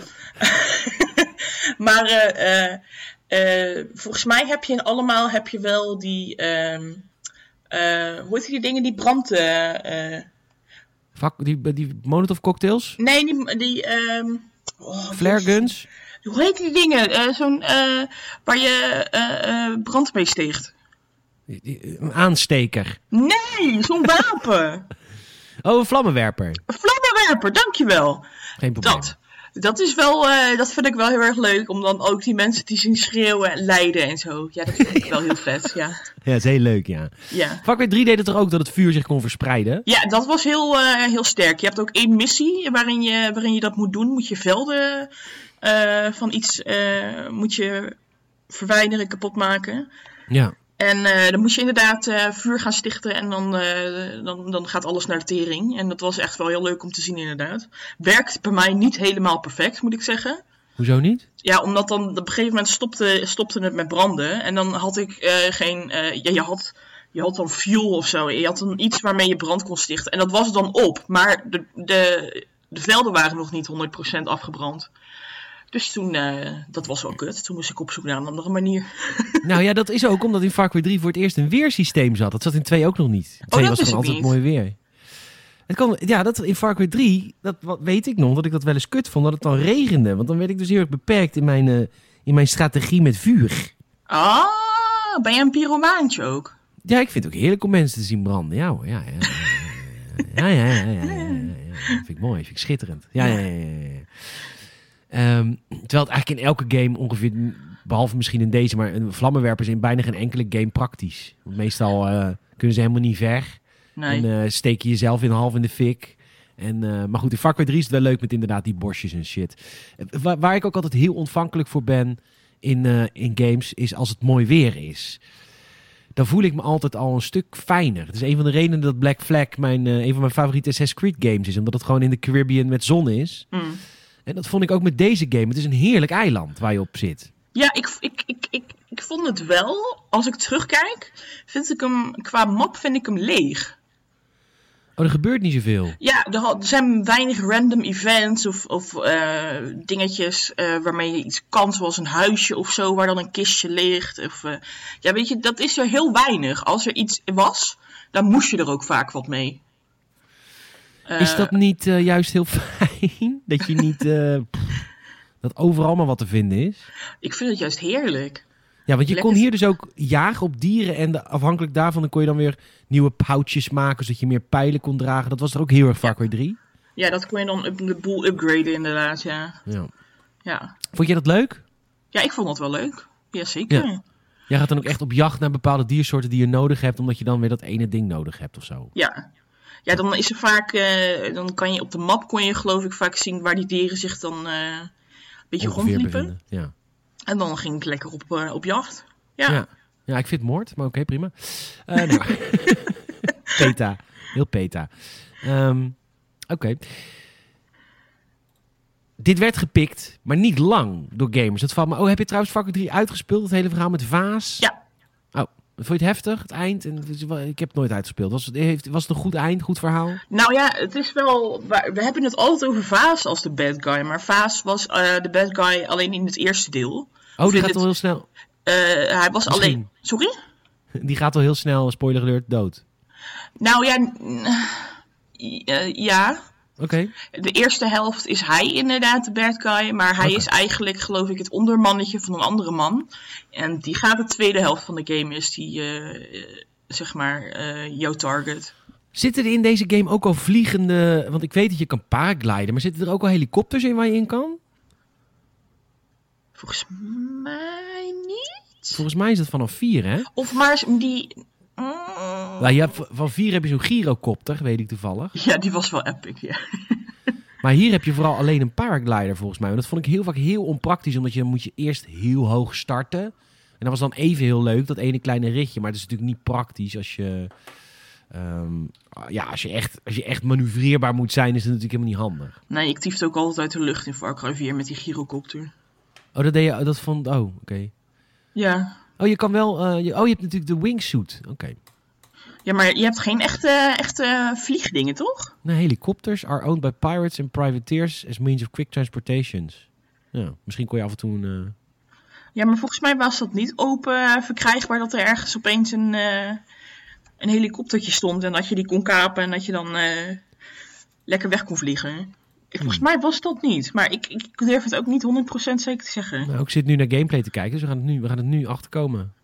Maar uh, uh, uh, volgens mij heb je in allemaal heb je wel die... Uh, uh, hoe heet die dingen? Die brand... Uh, Vak, die, die Molotov cocktails? Nee, die... die uh, oh, flare guns? Hoe heet die dingen? Uh, zo'n... Uh, waar je uh, uh, brand mee steegt. Een aansteker. Nee, zo'n wapen. Oh, een vlammenwerper. Een vlammenwerper, dankjewel. Geen probleem. Dat, dat is wel, uh, dat vind ik wel heel erg leuk. Om dan ook die mensen die zien schreeuwen en lijden en zo. Ja, dat vind ik wel heel vet, ja. Ja, dat is heel leuk, ja. ja. Far Cry drie deed het toch ook dat het vuur zich kon verspreiden? Ja, dat was heel, uh, heel sterk. Je hebt ook één missie waarin je, waarin je dat moet doen. Moet je velden uh, van iets uh, moet je verwijderen, kapot maken. Ja. En uh, dan moest je inderdaad uh, vuur gaan stichten en dan, uh, dan, dan gaat alles naar de tering. En dat was echt wel heel leuk om te zien inderdaad. Werkt bij mij niet helemaal perfect, moet ik zeggen. Hoezo niet? Ja, omdat dan op een gegeven moment stopte, stopte het met branden. En dan had ik uh, geen... Uh, ja, je had, je had dan fuel of zo. Je had dan iets waarmee je brand kon stichten. En dat was dan op. Maar de, de, de velden waren nog niet honderd procent afgebrand. Dus toen, uh, dat was wel kut. Toen moest ik op zoek naar een andere manier. Nou ja, dat is ook omdat in Far Cry drie voor het eerst een weersysteem zat. Dat zat in twee ook nog niet. In twee oh, was gewoon altijd niet. mooi weer. Het kan, ja, dat in Far Cry drie, dat wat, weet ik nog, dat ik dat wel eens kut vond, dat het dan regende. Want dan werd ik dus heel erg beperkt in mijn, uh, in mijn strategie met vuur. Ah, ben je een pyromaantje ook? Ja, ik vind het ook heerlijk om mensen te zien branden. Ja hoor, ja, ja. Ja, ja, ja, ja, ja, ja, ja. Dat vind ik mooi, vind ik schitterend. Ja, ja, ja, ja, ja. Um, terwijl het eigenlijk in elke game ongeveer, behalve misschien in deze, maar een vlammenwerper is in bijna geen enkele game praktisch. Want meestal uh, kunnen ze helemaal niet ver. Nee. En uh, steek je jezelf in half in de fik. En, uh, maar goed, in Far Cry drie is het wel leuk met inderdaad die borstjes en shit. Waar, waar ik ook altijd heel ontvankelijk voor ben in, uh, in games, is als het mooi weer is. Dan voel ik me altijd al een stuk fijner. Het is een van de redenen dat Black Flag mijn, uh, een van mijn favoriete Assassin's Creed games is. Omdat het gewoon in de Caribbean met zon is. Mm. En dat vond ik ook met deze game. Het is een heerlijk eiland waar je op zit. Ja, ik, ik, ik, ik, ik vond het wel. Als ik terugkijk, vind ik hem, qua map vind ik hem leeg. Oh, er gebeurt niet zoveel. Ja, er, er zijn weinig random events of, of uh, dingetjes uh, waarmee je iets kan, zoals een huisje of zo, waar dan een kistje ligt. Of, uh, ja, weet je, dat is er heel weinig. Als er iets was, dan moest je er ook vaak wat mee. Uh, is dat niet uh, juist heel fijn? Dat je niet... Uh, pff, dat overal maar wat te vinden is? Ik vind het juist heerlijk. Ja, want je Lekker. kon hier dus ook jagen op dieren. En de, afhankelijk daarvan dan kon je dan weer nieuwe pouches maken, zodat je meer pijlen kon dragen. Dat was er ook heel erg Far Cry drie. Ja, dat kon je dan up, de boel upgraden inderdaad, ja. Ja. ja. Vond je dat leuk? Ja, ik vond dat wel leuk. Jazeker. Ja. Jij gaat dan ook echt op jacht naar bepaalde diersoorten die je nodig hebt, omdat je dan weer dat ene ding nodig hebt of zo. Ja. Ja, dan is er vaak, uh, dan kan je op de map kon je geloof ik vaak zien waar die dieren zich dan uh, een beetje Ongeveer rondliepen. bevinden. Ja. En dan ging ik lekker op, uh, op jacht. Ja. Ja. ja, ik vind het moord, maar oké, okay, prima. Uh, nou. Peta, heel peta. Um, oké. Okay. Dit werd gepikt, maar niet lang door gamers. Dat valt me. Oh, heb je trouwens Far Cry drie uitgespeeld? Het hele verhaal met Vaas? Ja. Oh, vond je het heftig, het eind? En, ik heb het nooit uitgespeeld. Was het, heeft, was het een goed eind, goed verhaal? Nou ja, het is wel... We hebben het altijd over Vaas als de bad guy. Maar Vaas was uh, de bad guy alleen in het eerste deel. Oh, die gaat het, al heel snel... Uh, hij was Misschien. alleen... Sorry? Die gaat al heel snel, spoiler alert, dood. Nou ja... Uh, ja... Oké. Okay. De eerste helft is hij inderdaad de bad guy, maar hij okay. is eigenlijk, geloof ik, het ondermannetje van een andere man. En die gaat de tweede helft van de game, is die, uh, zeg maar, uh, jouw target. Zitten er in deze game ook al vliegende, want ik weet dat je kan paragliden, maar zitten er ook al helikopters in waar je in kan? Volgens mij niet. Volgens mij is dat vanaf vier, hè? Of maar die... Mm. Nou, ja, van vier heb je zo'n gyrocopter, weet ik toevallig. Ja, die was wel epic, ja. Maar hier heb je vooral alleen een paraglider, volgens mij. En dat vond ik heel vaak heel onpraktisch, omdat je dan moet je eerst heel hoog starten. En dat was dan even heel leuk, dat ene kleine ritje. Maar het is natuurlijk niet praktisch als je... Um, ja, als je, echt, als je echt manoeuvreerbaar moet zijn, is het natuurlijk helemaal niet handig. Nee, ik tiefde ook altijd uit de lucht in Far Cry vier met die gyrocopter. Oh, dat deed je... Dat vond... Oh, oké. Okay. Ja. Oh, je kan wel... Uh, je, oh, je hebt natuurlijk de wingsuit. Oké. Okay. Ja, maar je hebt geen echte, echte vliegdingen, toch? Nee, helicopters are owned by pirates and privateers as means of quick transportations. Ja, misschien kon je af en toe een... Uh... Ja, maar volgens mij was dat niet open uh, verkrijgbaar dat er ergens opeens een, uh, een helikoptertje stond en dat je die kon kapen en dat je dan uh, lekker weg kon vliegen. Volgens mij was dat niet, maar ik, ik durf het ook niet honderd procent zeker te zeggen. Nou, ik zit nu naar gameplay te kijken, dus we gaan het nu, we gaan het nu achterkomen.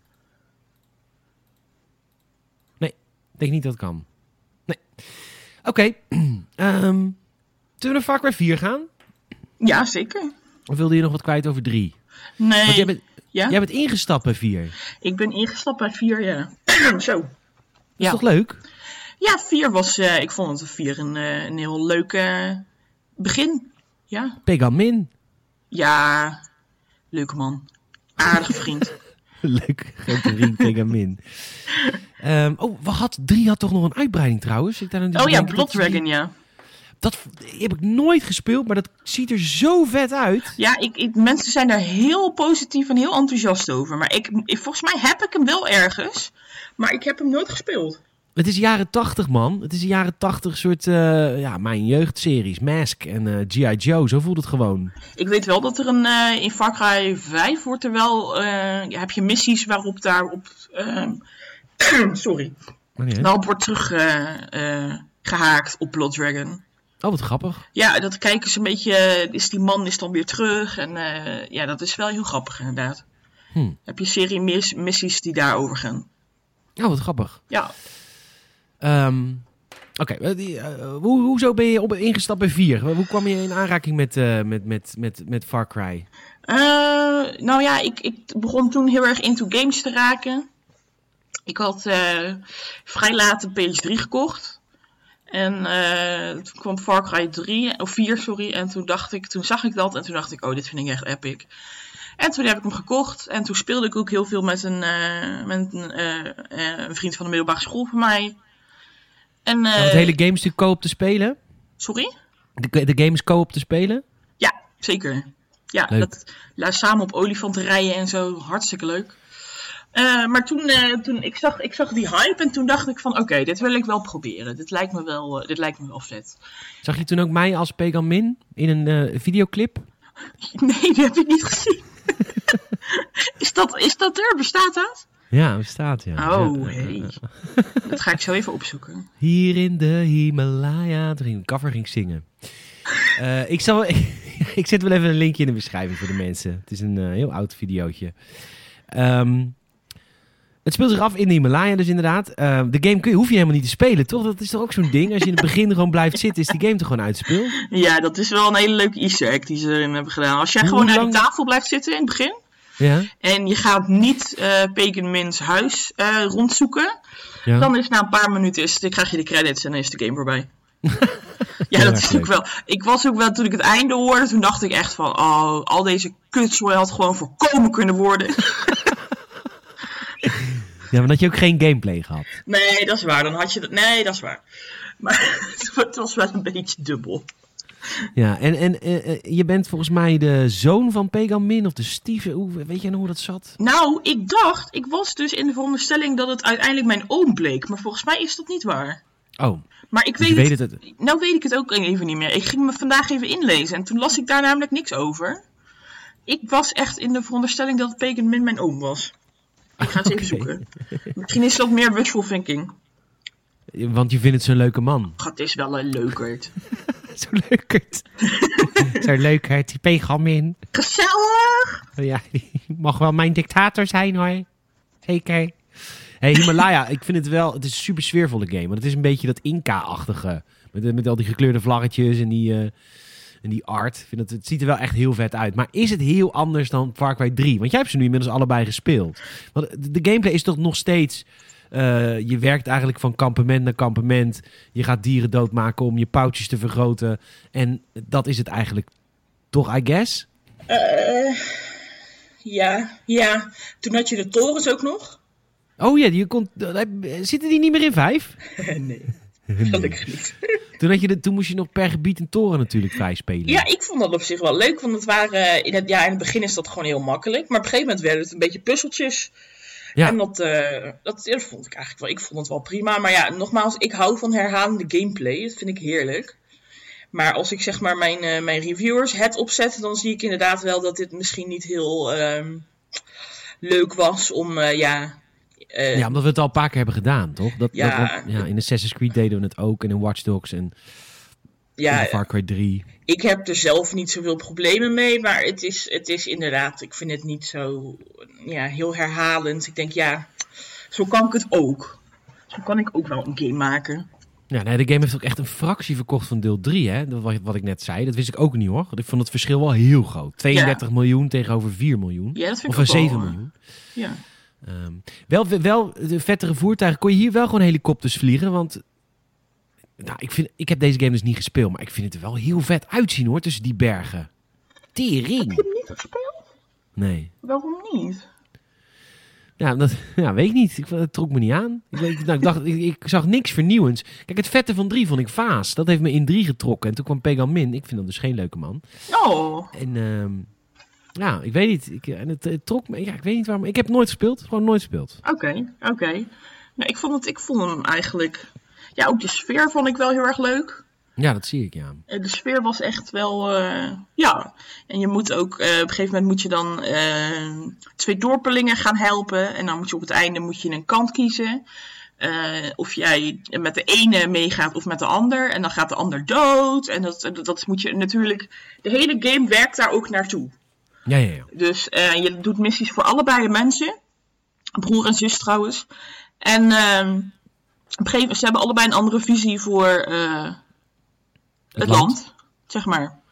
Nee, ik denk niet dat het kan. Nee. Oké. Okay. um, zullen we naar Far Cry vier gaan? Ja, zeker. Of wilde je nog wat kwijt over drie? Nee. Want jij bent, ja? jij bent ingestapt bij vier. Ik ben ingestapt bij vier, ja. Zo. Dat is ja. toch leuk? Ja, vier was... Uh, ik vond het vier een, uh, een heel leuk... Uh, begin, ja. Pegamin. Ja, leuke man. Aardige vriend. Leuk, grote vriend Pegamin. um, oh, wat had, drie had toch nog een uitbreiding trouwens? Ik daar oh ja, Blood Dragon, ja. Dat heb ik nooit gespeeld, maar dat ziet er zo vet uit. Ja, ik, ik, mensen zijn daar heel positief en heel enthousiast over. Maar ik, ik, volgens mij heb ik hem wel ergens, maar ik heb hem nooit gespeeld. Het is jaren tachtig, man. Het is een jaren tachtig soort, uh, ja, mijn jeugdseries. Mask en uh, G I. Joe, zo voelt het gewoon. Ik weet wel dat er een, uh, in Far Cry vijf wordt er wel, uh, ja, heb je missies waarop daarop, uh, sorry, okay. waarop wordt terug uh, uh, gehaakt op Blood Dragon. Oh, wat grappig. Ja, dat kijken ze een beetje, is die man is dan weer terug en uh, ja, dat is wel heel grappig inderdaad. Hm. Heb je een serie mis- missies die daarover gaan. Oh, wat grappig. Ja. Um, Oké, okay. uh, hoe, hoezo ben je op, ingestapt bij vier? Hoe kwam je in aanraking met, uh, met, met, met, met Far Cry? Uh, nou ja, ik, ik begon toen heel erg into games te raken. Ik had uh, vrij laat een P S drie gekocht. En uh, toen kwam Far Cry drie, of vier, sorry. En toen dacht ik, toen zag ik dat en toen dacht ik, oh, dit vind ik echt epic. En toen heb ik hem gekocht. En toen speelde ik ook heel veel met een, uh, met een, uh, uh, een vriend van de middelbare school van mij. En, uh, ja, het hele game is natuurlijk co-op te spelen? Sorry? De, de game is co-op te spelen? Ja, zeker. Ja, dat, la, samen op olifanten rijden en zo. Hartstikke leuk. Uh, maar toen, uh, toen ik, zag, ik zag die hype en toen dacht ik van... Oké, okay, dit wil ik wel proberen. Dit lijkt me wel, uh, dit lijkt me wel vet. Zag je toen ook mij als Pagan Min in een uh, videoclip? Nee, die heb ik niet gezien. is, dat, is dat er? Bestaat dat? Ja, bestaat, ja. Oh, hé. Hey. Dat ga ik zo even opzoeken. Hier in de Himalaya. Toen ging een cover ging zingen. Uh, ik, zal, ik zet wel even een linkje in de beschrijving voor de mensen. Het is een uh, heel oud videootje. Um, het speelt zich af in de Himalaya dus inderdaad. Uh, de game kun je, hoef je helemaal niet te spelen, toch? Dat is toch ook zo'n ding? Als je in het begin gewoon blijft zitten, is die game toch gewoon uitspeeld? Ja, dat is wel een hele leuke easter egg die ze erin hebben gedaan. Als jij Hoe gewoon lang... aan die tafel blijft zitten in het begin... Ja. En je gaat niet uh, Pagan Min's huis uh, rondzoeken. Ja. Dan is na een paar minuten is, dan krijg je de credits en dan is de game voorbij. ja, ja, dat is ook wel. Ik was ook wel, toen ik het einde hoorde, toen dacht ik echt van, oh, al deze kutzooi had gewoon voorkomen kunnen worden. ja, maar dat je ook geen gameplay gehad. Nee, dat is waar. Dan had je dat. Nee, dat is waar. Maar het was wel een beetje dubbel. Ja, en, en uh, je bent volgens mij de zoon van Pagan Min of de stief. Hoe, weet jij nog hoe dat zat? Nou, ik dacht, ik was dus in de veronderstelling dat het uiteindelijk mijn oom bleek. Maar volgens mij is dat niet waar. Oh, maar ik dus weet, weet het, het. Nou weet ik het ook even niet meer. Ik ging me vandaag even inlezen en toen las ik daar namelijk niks over. Ik was echt in de veronderstelling dat Pagan Min mijn oom was. Ik ga het okay. even zoeken. Misschien is dat meer wishful thinking. Want je vindt het zo'n leuke man. God, het is wel een leukert. Zo'n leukert. Zo'n leukert, die Pagan Min. Gezellig! Ja, die mag wel mijn dictator zijn hoor. Zeker. Hey, Himalaya, ik vind het wel, het is een super sfeervolle game. Want het is een beetje dat Inca-achtige. Met, met al die gekleurde vlaggetjes en die, uh, en die art. Ik vind het, het ziet er wel echt heel vet uit. Maar is het heel anders dan Far Cry drie? Want jij hebt ze nu inmiddels allebei gespeeld. Want de, de gameplay is toch nog steeds... Uh, je werkt eigenlijk van kampement naar kampement. Je gaat dieren doodmaken om je pouwtjes te vergroten. En dat is het eigenlijk toch, I guess? Uh, ja, ja. Toen had je de torens ook nog. Oh ja, die kon, zitten die niet meer in vijf? nee, gelukkig niet. Toen, had je de, toen moest je nog per gebied een toren natuurlijk vrij spelen. Ja, ik vond dat op zich wel leuk. Want het waren, in het, ja, in het begin is dat gewoon heel makkelijk. Maar op een gegeven moment werden het een beetje puzzeltjes. Ja. En dat, uh, dat, dat vond ik eigenlijk wel. Ik vond het wel prima. Maar ja, nogmaals, ik hou van herhalende gameplay. Dat vind ik heerlijk. Maar als ik zeg maar mijn, uh, mijn reviewers het opzet, dan zie ik inderdaad wel dat dit misschien niet heel uh, leuk was om, uh, ja... Uh, ja, omdat we het al een paar keer hebben gedaan, toch? Dat, ja, dat, dat, ja, in Assassin's Creed deden we het ook. En in Watch Dogs en ja, in Far Cry drie. Ik heb er zelf niet zoveel problemen mee. Maar het is, het is inderdaad, ik vind het niet zo ja, heel herhalend. Ik denk, ja, zo kan ik het ook. Zo kan ik ook wel een game maken. Ja, nee, de game heeft ook echt een fractie verkocht van deel drie, hè? Dat, wat, wat ik net zei. Dat wist ik ook niet, hoor. Ik vond het verschil wel heel groot. tweeëndertig ja. miljoen tegenover vier miljoen. Ja, dat vind of ik ook zeven wel, miljoen. Ja. Um, wel, wel, de vettere voertuigen. Kon je hier wel gewoon helikopters vliegen? Want nou, ik, vind, ik heb deze game dus niet gespeeld. Maar ik vind het er wel heel vet uitzien, hoor. Tussen die bergen. Tering. Heb je hem niet gespeeld? Nee. Waarom niet? Ja, dat ja, weet ik niet. Ik, het trok me niet aan. Ik, weet, nou, ik dacht, ik, ik zag niks vernieuwends. Kijk, het vette van drie vond ik Vaas. Dat heeft me in drie getrokken. En toen kwam Pagan Min. Ik vind dat dus geen leuke man. Oh. En um, ja, ik weet niet. Ik, en het, het trok me. Ja, ik weet niet waarom. Ik heb nooit gespeeld. Gewoon nooit gespeeld. Oké, okay, oké. Okay. Nou, ik vond het. Ik vond hem eigenlijk. Ja, ook de sfeer vond ik wel heel erg leuk. Ja, dat zie ik, ja. De sfeer was echt wel, uh, ja. En je moet ook, uh, op een gegeven moment moet je dan uh, twee dorpelingen gaan helpen. En dan moet je op het einde moet je een kant kiezen. Uh, of jij met de ene meegaat of met de ander. En dan gaat de ander dood. En dat, dat, dat moet je natuurlijk, de hele game werkt daar ook naartoe. Ja, ja, ja. Dus uh, je doet missies voor allebei de mensen. Broer en zus trouwens. En uh, op een gegeven moment, ze hebben allebei een andere visie voor... Uh, Het, het land. land, zeg maar.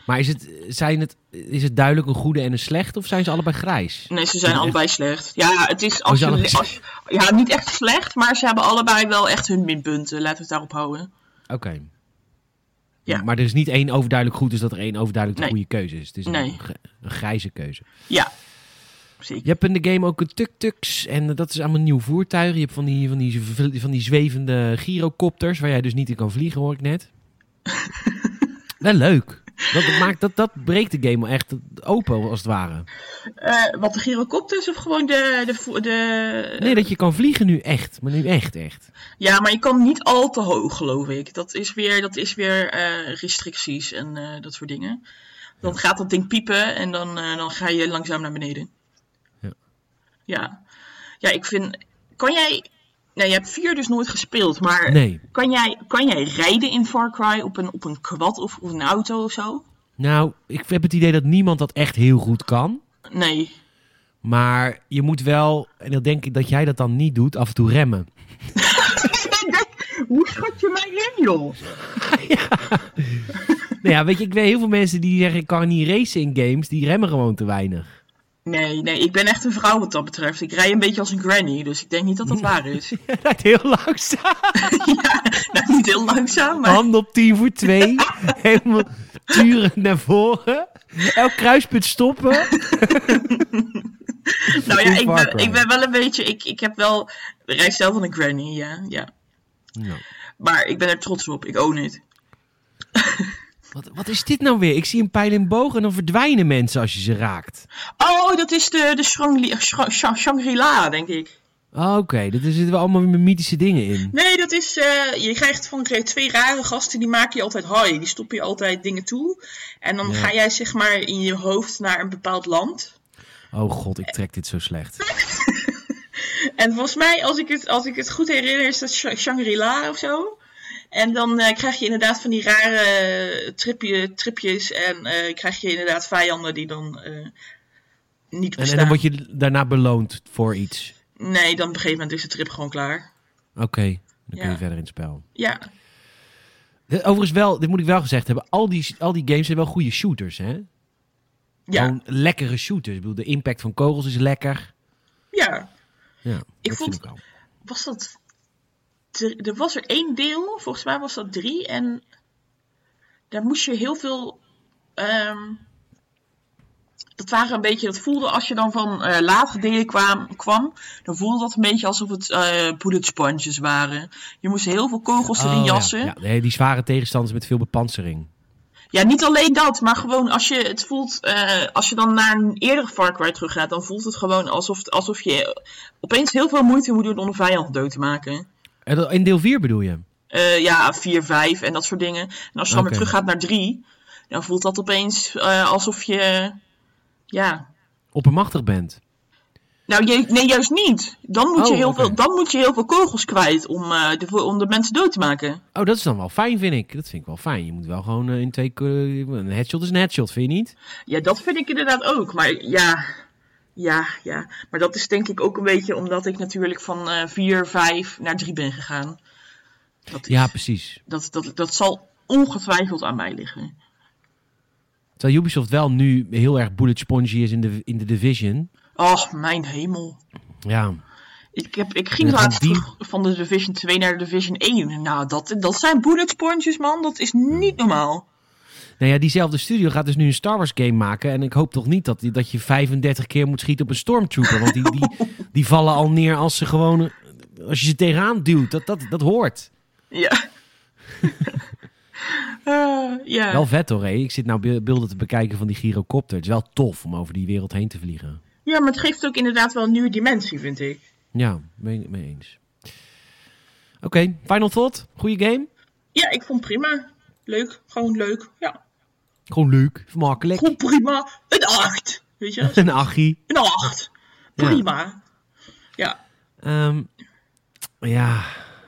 Maar is het, zijn het, is het duidelijk een goede en een slecht of zijn ze allebei grijs? Nee, ze zijn echt... allebei slecht. Ja, het is als oh, je, als, ja, niet echt slecht, maar ze hebben allebei wel echt hun minpunten. Laten we het daarop houden. Oké. Okay. Ja. Maar er is niet één overduidelijk goed, dus dat er één overduidelijk de nee. goede keuze is. Het is nee. een, een grijze keuze. Ja, zeker. Je hebt in de game ook een tuk-tuks en dat is allemaal nieuw voertuig. Je hebt van die, van die, van die zwevende gyrocopters waar jij dus niet in kan vliegen, hoor ik net. Wel leuk. Dat, dat, maakt, dat, dat breekt de game wel echt open, als het ware. Uh, wat, de gyrocopters of gewoon de, de, de... Nee, dat je kan vliegen nu echt. Maar nu echt, echt. Ja, maar je kan niet al te hoog, geloof ik. Dat is weer, dat is weer uh, restricties en uh, dat soort dingen. Dan ja. gaat dat ding piepen en dan, uh, dan ga je langzaam naar beneden. Ja. Ja. Ja, ik vind... Kan jij... Nee, je hebt vier dus nooit gespeeld, maar nee. kan, jij, kan jij rijden in Far Cry op een, op een quad of, of een auto of zo? Nou, ik heb het idee dat niemand dat echt heel goed kan. Nee. Maar je moet wel, en dan denk ik dat jij dat dan niet doet, af en toe remmen. Hoe schat je mij in, joh? ja. Nou ja, weet je, ik weet heel veel mensen die zeggen ik kan niet racen in games, die remmen gewoon te weinig. Nee, nee, ik ben echt een vrouw wat dat betreft. Ik rij een beetje als een granny, dus ik denk niet dat dat waar is. Je rijdt heel langzaam. ja, nou niet heel langzaam, maar... Hand op tien voor twee. Helemaal turend naar voren. Elk kruispunt stoppen. nou ja, ik ben, ik ben wel een beetje... Ik, ik heb wel... Ik rijd zelf van een granny, ja. ja. No. Maar ik ben er trots op. Ik own it. Wat, wat is dit nou weer? Ik zie een pijl en boog en dan verdwijnen mensen als je ze raakt. Oh, dat is de, de Shangri- Shang- Shangri-La, denk ik. Oh, Oké, okay. Er zitten wel allemaal mythische dingen in. Nee, dat is... Uh, je krijgt van twee rare gasten, die maken je altijd high. Die stoppen je altijd dingen toe. En dan ja. ga jij zeg maar in je hoofd naar een bepaald land. Oh god, ik trek dit zo slecht. En volgens mij, als ik het, als ik het goed herinner, is dat Shangri-La of zo. En dan uh, krijg je inderdaad van die rare tripje, tripjes. En uh, krijg je inderdaad vijanden die dan uh, niet bestaan. En, en dan word je daarna beloond voor iets? Nee, dan op een gegeven moment is de trip gewoon klaar. Oké, okay, dan ja. kun je verder in het spel. Ja. Overigens wel, dit moet ik wel gezegd hebben. Al die, al die games zijn wel goede shooters, hè? Ja. Gewoon lekkere shooters. Ik bedoel, de impact van kogels is lekker. Ja. Ja, ik vond... Ik was dat... Er was er één deel, volgens mij was dat drie. En daar moest je heel veel... Um, dat waren een beetje... Dat voelde als je dan van uh, latere delen kwam, kwam... Dan voelde dat een beetje alsof het uh, bullet sponges waren. Je moest heel veel kogels erin oh, jassen. Ja, ja, die zware tegenstanders met veel bepansering. Ja, niet alleen dat, maar gewoon als je het voelt, uh, als je dan naar een eerdere Far Cry terug gaat, dan voelt het gewoon alsof, alsof je opeens heel veel moeite moet doen om een vijand dood te maken. In deel vier bedoel je? Uh, ja, vier, vijf en dat soort dingen. En als je dan okay. weer terug gaat naar drie, dan voelt dat opeens uh, alsof je, ja... oppermachtig bent. Nou, je, nee, juist niet. Dan moet, oh, je heel okay. veel, dan moet je heel veel kogels kwijt om, uh, de, om de mensen dood te maken. Oh, dat is dan wel fijn, vind ik. Dat vind ik wel fijn. Je moet wel gewoon uh, in twee... Uh, een headshot is een headshot, vind je niet? Ja, dat vind ik inderdaad ook. Maar ja, ja, ja. Maar dat is denk ik ook een beetje omdat ik natuurlijk van uh, vier, vijf naar drie ben gegaan. Dat is, ja, precies. Dat, dat, dat zal ongetwijfeld aan mij liggen. Terwijl Ubisoft wel nu heel erg bullet spongy is in de, in de Division... Oh, mijn hemel. Ja. Ik, heb, ik ging laatst die... terug van de Division twee naar de Division één. Nou, dat, dat zijn bullet sponges, man. Dat is niet normaal. Nou ja, diezelfde studio gaat dus nu een Star Wars game maken. En ik hoop toch niet dat, dat je vijfendertig keer moet schieten op een Stormtrooper. Want die, die, die vallen al neer als ze gewoon... Als je ze tegenaan duwt. Dat, dat, dat hoort. Ja. uh, yeah. Wel vet hoor, hé. Ik zit nou beelden te bekijken van die gyrocopter. Het is wel tof om over die wereld heen te vliegen. Ja, maar het geeft ook inderdaad wel een nieuwe dimensie, vind ik. Ja, ben ik het mee eens. Oké, okay, final thought? Goeie game? Ja, ik vond het prima. Leuk, gewoon leuk, ja. Gewoon leuk, vermakelijk. Gewoon prima. Een acht, weet je? Een achtie. Een acht. Prima. Ja. Ja. Um, ja.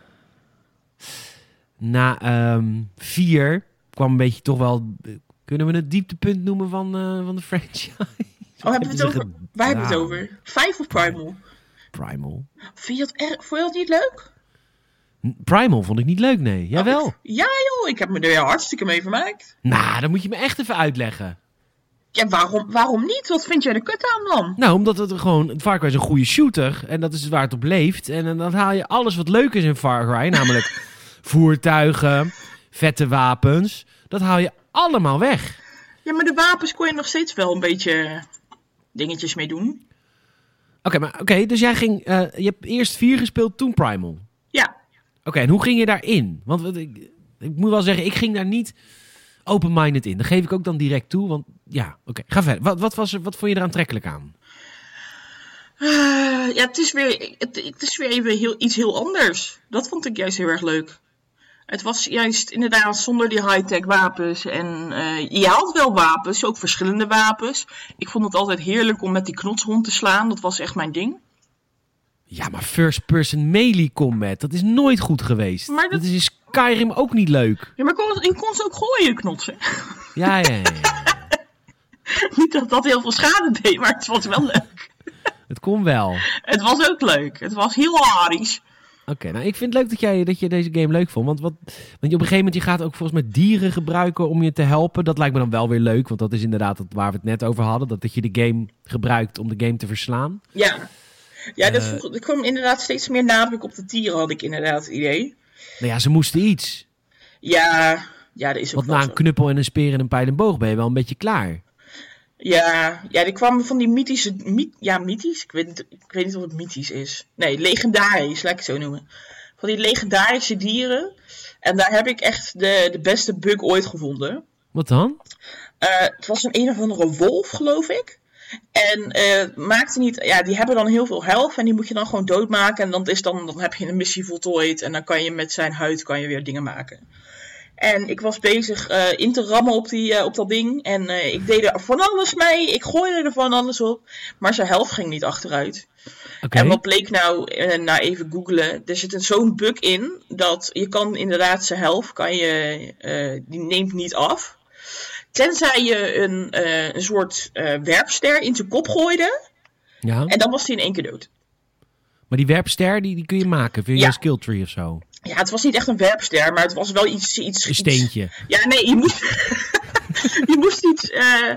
Na um, vier kwam een beetje toch wel... Kunnen we het dieptepunt noemen van, uh, van de franchise? Oh, hebben we het over? Waar hebben we het over? Vijf of Primal? Primal. Vind je dat erg? Vond je dat niet leuk? Primal vond ik niet leuk, nee. Jij wel? Oh, ja joh, ik heb me er hartstikke mee vermaakt. Nou, dan moet je me echt even uitleggen. Ja, waarom, waarom niet? Wat vind jij er kut aan dan? Nou, omdat het gewoon... Far Cry is een goede shooter. En dat is waar het op leeft. En dan haal je alles wat leuk is in Far Cry. Namelijk voertuigen, vette wapens. Dat haal je allemaal weg. Ja, maar de wapens kon je nog steeds wel een beetje dingetjes mee doen. Oké, okay, maar oké, dus jij ging... Uh, je hebt eerst vier gespeeld, toen Primal. Ja. Oké, okay, en hoe ging je daarin? Want wat, ik, ik moet wel zeggen, ik ging daar niet open-minded in. Dat geef ik ook dan direct toe, want ja, oké, okay, ga verder. Wat, wat, was er, wat vond je er aantrekkelijk aan? Uh, ja, het is weer, het, het is weer even heel, iets heel anders. Dat vond ik juist heel erg leuk. Het was juist inderdaad zonder die high-tech wapens. En uh, je had wel wapens, ook verschillende wapens. Ik vond het altijd heerlijk om met die knots rond te slaan. Dat was echt mijn ding. Ja, maar first-person melee combat, dat is nooit goed geweest. Maar dat... dat is in Skyrim ook niet leuk. Ja, maar je kon ze ook gooien, knotsen. Ja, ja, ja. ja. Niet dat dat heel veel schade deed, maar het was wel leuk. Het kon wel. Het was ook leuk. Het was heel hilarisch. Oké, okay, nou ik vind het leuk dat jij dat je deze game leuk vond. Want, wat, want je op een gegeven moment je gaat ook volgens mij dieren gebruiken om je te helpen. Dat lijkt me dan wel weer leuk, want dat is inderdaad het, waar we het net over hadden. Dat, dat je de game gebruikt om de game te verslaan. Ja, ja dat uh, vroeg, er kwam inderdaad steeds meer nadruk op de dieren, had ik inderdaad het idee. Nou ja, ze moesten iets. Ja, ja dat is ook Want na een knuppel en een speer en een pijl en boog ben je wel een beetje klaar. Ja, ja, die kwamen van die mythische... Myth, ja, mythisch? Ik weet, ik weet niet of het mythisch is. Nee, legendarisch, laat ik het zo noemen. Van die legendarische dieren. En daar heb ik echt de, de beste bug ooit gevonden. Wat dan? Uh, het was een een of andere wolf, geloof ik. En uh, maakte niet... Ja, die hebben dan heel veel health en die moet je dan gewoon doodmaken. En dan, is dan, dan heb je een missie voltooid. En dan kan je met zijn huid kan je weer dingen maken. En ik was bezig uh, in te rammen op, die, uh, op dat ding. En uh, ik deed er van alles mee. Ik gooide er van alles op. Maar zijn helft ging niet achteruit. Okay. En wat bleek nou, uh, nou even googlen. Er zit een zo'n bug in. Dat je kan inderdaad zijn helft, kan je, uh, die neemt niet af. Tenzij je een, uh, een soort uh, werpster in zijn kop gooide. Ja. En dan was hij in één keer dood. Maar die werpster, die, die kun je maken via ja. je skill tree of zo? Ja, het was niet echt een werpster, maar het was wel iets... iets een steentje. Iets, ja, nee, je moest, je moest iets, uh,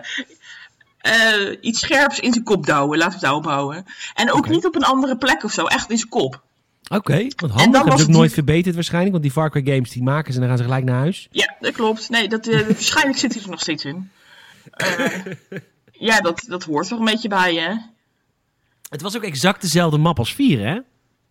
uh, iets scherps in zijn kop douwen, laten we het daarop houden. En ook okay. niet op een andere plek of zo, echt in zijn kop. Oké, okay, want handig. Hebben ze ook die... nooit verbeterd waarschijnlijk, want die Far Cry games die maken ze en dan gaan ze gelijk naar huis. Ja, dat klopt. Nee, dat, uh, waarschijnlijk zit hij er nog steeds in. Uh, ja, dat, dat hoort toch een beetje bij, hè? Het was ook exact dezelfde map als vier, hè?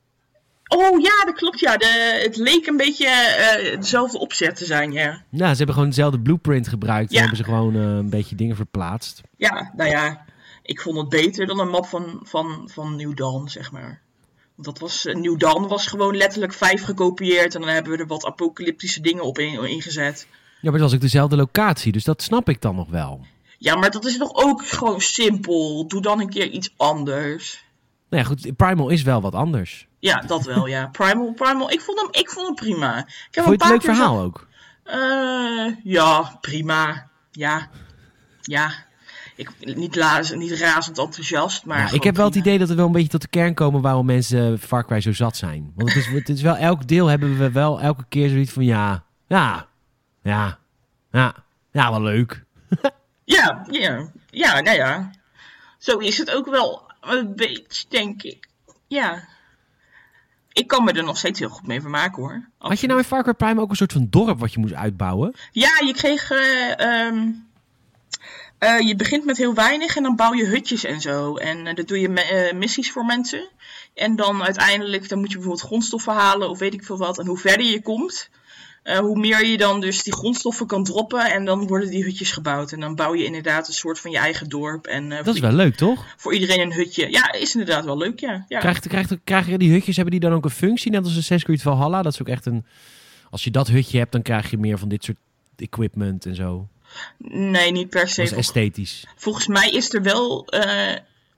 Oh ja, dat klopt, ja. De, het leek een beetje uh, dezelfde opzet te zijn, ja. Ja, ze hebben gewoon dezelfde blueprint gebruikt. Ja. En hebben ze gewoon uh, een beetje dingen verplaatst. Ja, nou ja. Ik vond het beter dan een map van, van, van New Dawn, zeg maar. Want dat was, uh, New Dawn was gewoon letterlijk vijf gekopieerd. En dan hebben we er wat apocalyptische dingen op in, ingezet. Ja, maar het was ook dezelfde locatie. Dus dat snap ik dan nog wel. Ja, maar dat is toch ook gewoon simpel. Doe dan een keer iets anders. Nou ja, goed. Primal is wel wat anders. Ja, dat wel, ja. Primal, Primal. Ik vond hem, ik vond hem prima. Ik heb vond je het een leuk verhaal zo... ook? Uh, ja, prima. Ja. Ja. Ik, niet, la- niet razend enthousiast, maar ja, ik heb wel prima. Het idee dat we wel een beetje tot de kern komen waarom mensen Far Cry zo zat zijn. Want het is, het is wel, elk deel hebben we wel elke keer zoiets van ja, ja, ja, ja, ja, wel leuk. ja, ja, ja, nou ja. Zo is het ook wel een beetje, denk ik. Ja. Ik kan me er nog steeds heel goed mee vermaken, hoor. Absoluut. Had je nou in Far Cry Prime ook een soort van dorp wat je moest uitbouwen? Ja, je kreeg... Uh, um, uh, je begint met heel weinig en dan bouw je hutjes en zo. En uh, dat doe je me- uh, missies voor mensen. En dan uiteindelijk dan moet je bijvoorbeeld grondstoffen halen of weet ik veel wat. En hoe verder je komt... Uh, hoe meer je dan dus die grondstoffen kan droppen en dan worden die hutjes gebouwd. En dan bouw je inderdaad een soort van je eigen dorp. En, uh, dat is wel leuk, toch? Voor iedereen een hutje. Ja, is inderdaad wel leuk, ja. ja. Krijgt, krijgt, krijgen die hutjes, hebben die dan ook een functie? Net als Assassin's Creed Valhalla. Dat is ook echt een... Als je dat hutje hebt, dan krijg je meer van dit soort equipment en zo. Nee, niet per se. Dat is esthetisch. Volgens mij is er wel... Uh,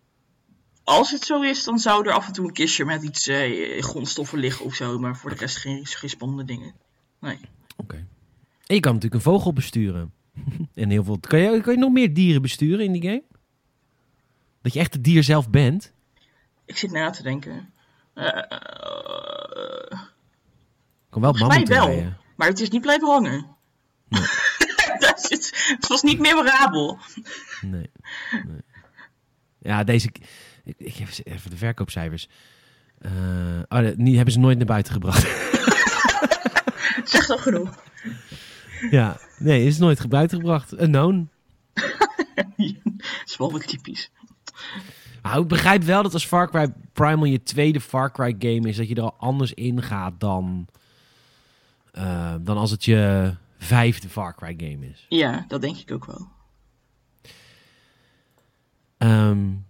als het zo is, dan zou er af en toe een kistje met iets uh, grondstoffen liggen of zo. Maar voor de rest geen, geen spannende dingen. Nee. Oké. Okay. En je kan natuurlijk een vogel besturen. En heel veel... Kan je, kan je nog meer dieren besturen in die game? Dat je echt het dier zelf bent? Ik zit na te denken. Uh, uh, Kan wel Volgens mij mammoeten wel. rijden. Maar het is niet blijven hangen. Nee. Dat is het, het was niet memorabel. Nee. nee. Ja, deze... Ik, ik heb even de verkoopcijfers. Uh, oh, die hebben ze nooit naar buiten gebracht. Het zegt al genoeg. Ja, nee, is nooit buiten gebracht. Unknown. Dat is wel wat typisch. Nou, ik begrijp wel dat als Far Cry Primal je tweede Far Cry game is, dat je er al anders in gaat dan, uh, dan als het je vijfde Far Cry game is. Ja, dat denk ik ook wel. Um,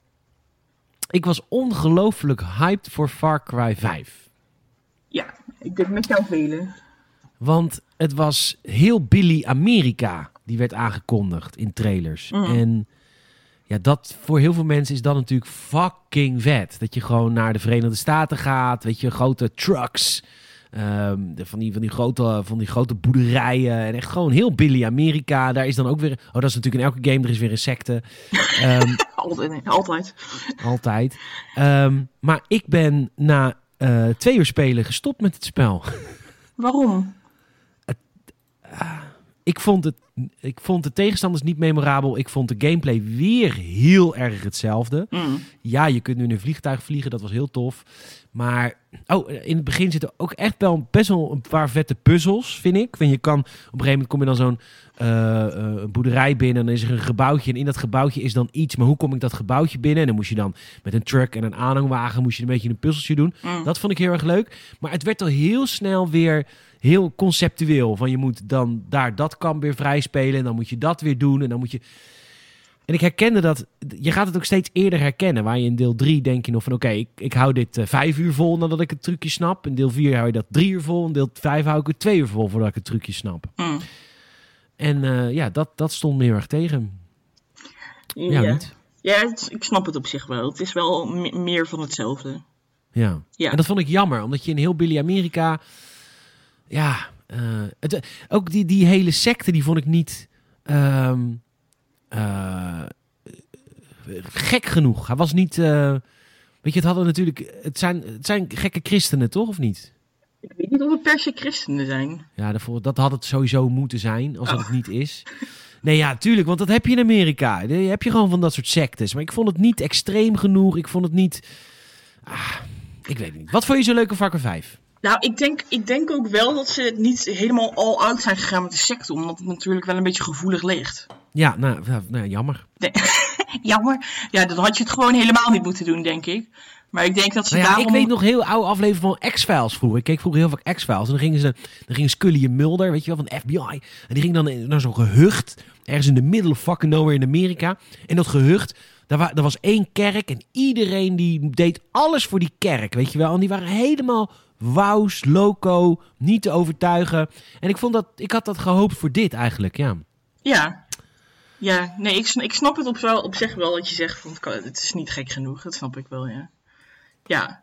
ik was ongelooflijk hyped voor Far Cry vijf. Ja, ik denk met jou velen. Want het was heel Billy Amerika die werd aangekondigd in trailers. Mm. En ja, dat voor heel veel mensen is dat natuurlijk fucking vet. Dat je gewoon naar de Verenigde Staten gaat, weet je, grote trucks, um, van, die, van, die grote, van die grote boerderijen. En echt gewoon heel Billy Amerika. Daar is dan ook weer, oh, dat is natuurlijk in elke game, er is weer een secte. Um, altijd. Nee, altijd. Altijd. Um, maar ik ben na uh, twee uur spelen gestopt met het spel. Waarom? Het, uh, ik, vond het, ik vond de tegenstanders niet memorabel. Ik vond de gameplay weer heel erg hetzelfde. Mm. Ja, je kunt nu in een vliegtuig vliegen. Dat was heel tof. Maar oh, in het begin zitten ook echt wel best wel een paar vette puzzels, vind ik. Want je kan, op een gegeven moment kom je dan zo'n uh, uh, een boerderij binnen. En dan is er een gebouwtje. En in dat gebouwtje is dan iets. Maar hoe kom ik dat gebouwtje binnen? En dan moest je dan met een truck en een aanhangwagen moest je een beetje een puzzeltje doen. Mm. Dat vond ik heel erg leuk. Maar het werd al heel snel weer heel conceptueel. Van je moet dan daar dat kamp weer vrij spelen. En dan moet je dat weer doen. En dan moet je... En ik herkende dat, je gaat het ook steeds eerder herkennen. Waar je in deel drie denk je nog van oké, okay, ik, ik hou dit uh, vijf uur vol nadat ik het trucje snap. In deel vier hou je dat drie uur vol. In deel vijf hou ik het twee uur vol voordat ik het trucje snap. Mm. En uh, ja, dat, dat stond me heel erg tegen. Ja, ja, niet? Ja het, ik snap het op zich wel. Het is wel me- meer van hetzelfde. Ja. ja, en dat vond ik jammer. Omdat je in heel Billy Amerika... Ja, uh, het, ook die, die hele secte die vond ik niet... Um, Uh, gek genoeg. Hij was niet... Uh, weet je, het hadden natuurlijk... Het zijn, het zijn gekke christenen, toch? Of niet? Ik weet niet of het per se christenen zijn. Ja, daarvoor, dat had het sowieso moeten zijn, als oh. het het niet is. Nee, ja, tuurlijk, want dat heb je in Amerika. Daar heb je gewoon van dat soort sectes. Maar ik vond het niet extreem genoeg. Ik vond het niet... Ah, ik weet het niet. Wat vond je zo leuk aan Far Cry vijf? Nou, ik denk, ik denk ook wel dat ze niet helemaal all out zijn gegaan met de secte. Omdat het natuurlijk wel een beetje gevoelig ligt. Ja, nou, nou jammer. Nee, jammer. Ja, dan had je het gewoon helemaal niet moeten doen, denk ik. Maar ik denk dat ze nou ja, daarom... Ik weet nog heel oude afleveringen van X-Files vroeger. Ik keek vroeger heel vaak X-Files. En dan gingen, ze, dan gingen Scully en Mulder, weet je wel, van de F B I. En die gingen dan naar zo'n gehucht. Ergens in de middle of fucking nowhere in Amerika. En dat gehucht, daar, wa- daar was één kerk. En iedereen die deed alles voor die kerk, weet je wel. En die waren helemaal... wauws, loco, niet te overtuigen. En ik vond dat, ik had dat gehoopt voor dit eigenlijk, ja. Ja, ja, nee, ik, ik snap het op, wel, op zich wel dat je zegt, van, het is niet gek genoeg, dat snap ik wel, ja. Ja.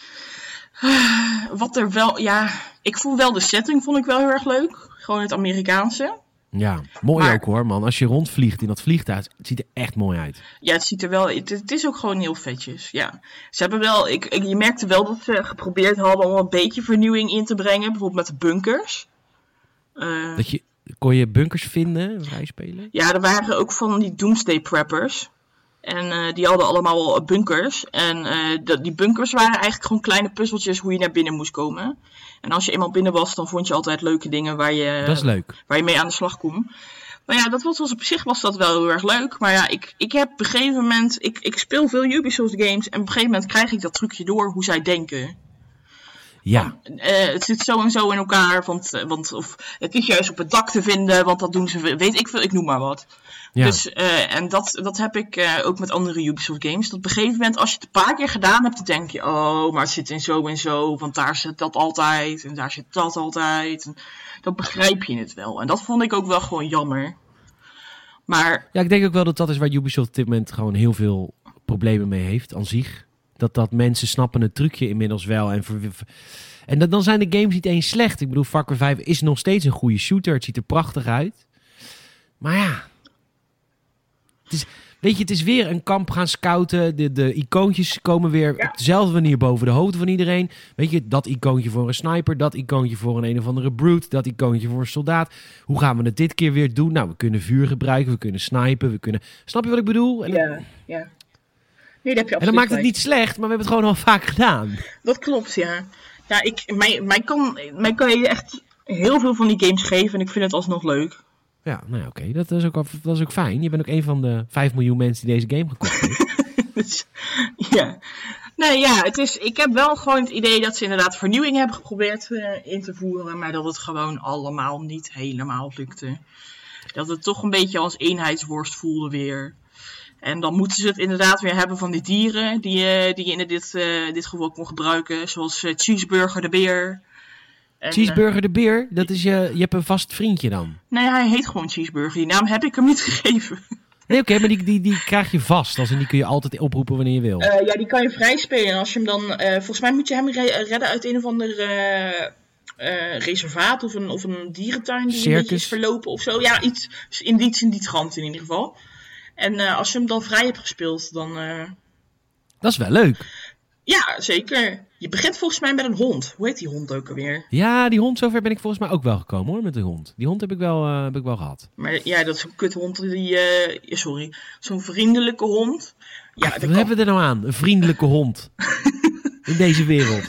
Wat er wel, ja, ik voel wel de setting, vond ik wel heel erg leuk. Gewoon het Amerikaanse. Ja, mooi maar, ook hoor, man. Als je rondvliegt in dat vliegtuig, het ziet er echt mooi uit. Ja, het ziet er wel... Het, het is ook gewoon heel vetjes, ja. Ze hebben wel... Ik, ik, je merkte wel dat ze geprobeerd hadden om een beetje vernieuwing in te brengen. Bijvoorbeeld met de bunkers. Uh, dat je... Kon je bunkers vinden, vrij spelen? Ja, er waren ook van die Doomsday Preppers. En uh, die hadden allemaal bunkers. En uh, de, die bunkers waren eigenlijk gewoon kleine puzzeltjes hoe je naar binnen moest komen. En als je eenmaal binnen was, dan vond je altijd leuke dingen waar je, dat is leuk. waar je mee aan de slag kon. Maar ja, dat was, was op zich was dat wel heel erg leuk. Maar ja, ik, ik heb op een gegeven moment... Ik, ik speel veel Ubisoft games en op een gegeven moment krijg ik dat trucje door hoe zij denken. Ja. Van, uh, het zit zo en zo in elkaar, want, want of het is juist op het dak te vinden, want dat doen ze, weet ik veel, ik noem maar wat. Ja. Dus, uh, en dat, dat heb ik uh, ook met andere Ubisoft games. Dat op een gegeven moment, als je het een paar keer gedaan hebt, dan denk je, oh, maar het zit in zo en zo, want daar zit dat altijd, en daar zit dat altijd. En dan begrijp je het wel. En dat vond ik ook wel gewoon jammer. Maar... Ja, ik denk ook wel dat dat is waar Ubisoft op dit moment gewoon heel veel problemen mee heeft, aan zich. Dat, dat mensen snappen het trucje inmiddels wel. En, ver, ver, en dat, dan zijn de games niet eens slecht. Ik bedoel, Far Cry vijf is nog steeds een goede shooter. Het ziet er prachtig uit. Maar ja... Het is, weet je, het is weer een kamp gaan scouten. De, de icoontjes komen weer Ja. op dezelfde manier boven de hoofden van iedereen. Weet je, dat icoontje voor een sniper, dat icoontje voor een een of andere brute, dat icoontje voor een soldaat. Hoe gaan we het dit keer weer doen? Nou, we kunnen vuur gebruiken, we kunnen snipen, we kunnen... Snap je wat ik bedoel? En, Ja, ja. Nee, dat heb je en dan absoluut maakt het gelijk. niet slecht, maar we hebben het gewoon al vaak gedaan. Dat klopt, ja. Ja, ik, mij, mij, kan, mij kan je echt heel veel van die games geven en ik vind het alsnog leuk. Ja, nou ja, oké, dat, is ook al- dat is ook fijn. Je bent ook een van de vijf miljoen mensen die deze game gekocht heeft. Dus, ja. Nee, ja, het is, ik heb wel gewoon het idee dat ze inderdaad vernieuwing hebben geprobeerd uh, in te voeren, maar dat het gewoon allemaal niet helemaal lukte. Dat het toch een beetje als eenheidsworst voelde weer. En dan moeten ze het inderdaad weer hebben van die dieren die, uh, die je in dit, uh, dit geval kon gebruiken, zoals uh, Cheeseburger de beer. En, Cheeseburger de beer, dat is je, je hebt een vast vriendje dan. uh, nee, hij heet gewoon Cheeseburger. Die naam heb ik hem niet gegeven. Nee, oké, maar die, die, die krijg je vast. Als en die kun je altijd oproepen wanneer je wil. Uh, ja, die kan je vrij spelen. En als je hem dan... Uh, volgens mij moet je hem re- redden uit een of ander uh, uh, reservaat of een, of een dierentuin die Circus. een beetje is verlopen of zo. Ja, iets in die, in die trant in ieder geval. En uh, als je hem dan vrij hebt gespeeld, dan... Uh... Dat is wel leuk. Ja, zeker. Je begint volgens mij met een hond. Hoe heet die hond ook alweer? Ja, die hond, zover ben ik volgens mij ook wel gekomen hoor, met de hond. Die hond heb ik wel, uh, heb ik wel gehad. Maar ja, dat is zo'n kuthond. Die, uh, sorry. Zo'n vriendelijke hond. Ja, Ach, dat wat kan... hebben we er nou aan? Een vriendelijke hond. In deze wereld.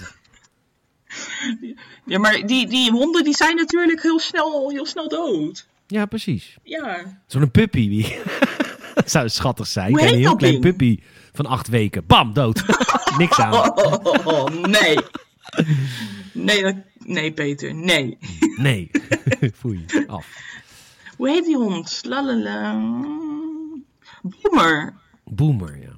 Ja, maar die, die honden die zijn natuurlijk heel snel, heel snel dood. Ja, precies. Ja. Zo'n puppy. Wie... dat zou schattig zijn. Hoe Kijk, heet een heel dat klein ding? puppy van acht weken. Bam, dood. Niks aan. Oh, oh, oh, oh, nee. Nee, dat... nee, Peter, nee. Nee. Foei. Af. Hoe heet die hond? Lalala. Boomer. Boomer, ja.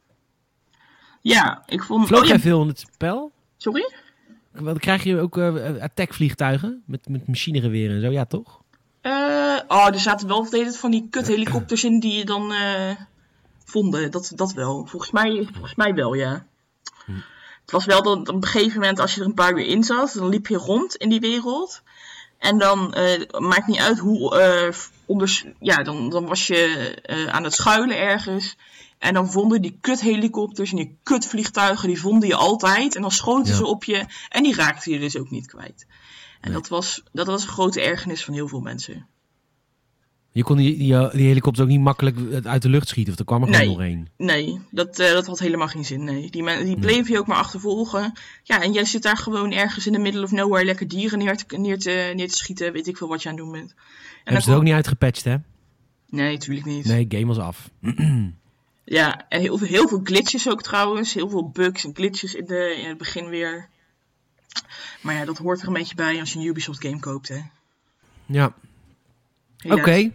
Ja, ik vond... Vloog oh, jij ja. veel in het spel? Sorry? Dan krijg je ook uh, attackvliegtuigen met, met machinegeweren en zo, ja toch? Uh, oh, er zaten wel altijd van die kuthelikopters in die je dan uh, vonden. Dat, dat wel. Volgens mij, volgens mij wel, ja. Hm. Het was wel dat op een gegeven moment, als je er een paar uur in zat, dan liep je rond in die wereld. En dan uh, maakt niet uit hoe... Uh, onders, ja, dan, dan was je uh, aan het schuilen ergens. En dan vonden die kuthelikopters en die kutvliegtuigen, die vonden je altijd. En dan schoten Ja. ze op je en die raakten je dus ook niet kwijt. En Nee. dat, was, dat was een grote ergernis van heel veel mensen. Je kon die, die, die helikopter ook niet makkelijk uit de lucht schieten, of er kwam er gewoon Nee. nog één. Nee, dat, uh, dat had helemaal geen zin. Nee. Die, men, die bleven je ook maar achtervolgen. Ja, en jij zit daar gewoon ergens in the middle of nowhere lekker dieren neer te, neer te, neer te schieten. Weet ik veel wat je aan het doen bent. En Hebben ze het ook niet uitgepatcht, hè? Nee, natuurlijk niet. Nee, game was af. Ja, en heel veel, heel veel glitches ook trouwens. Heel veel bugs en glitches in, de, in het begin weer. Maar ja, dat hoort er een beetje bij als je een Ubisoft game koopt, hè. Ja, oké. Helaas. Okay.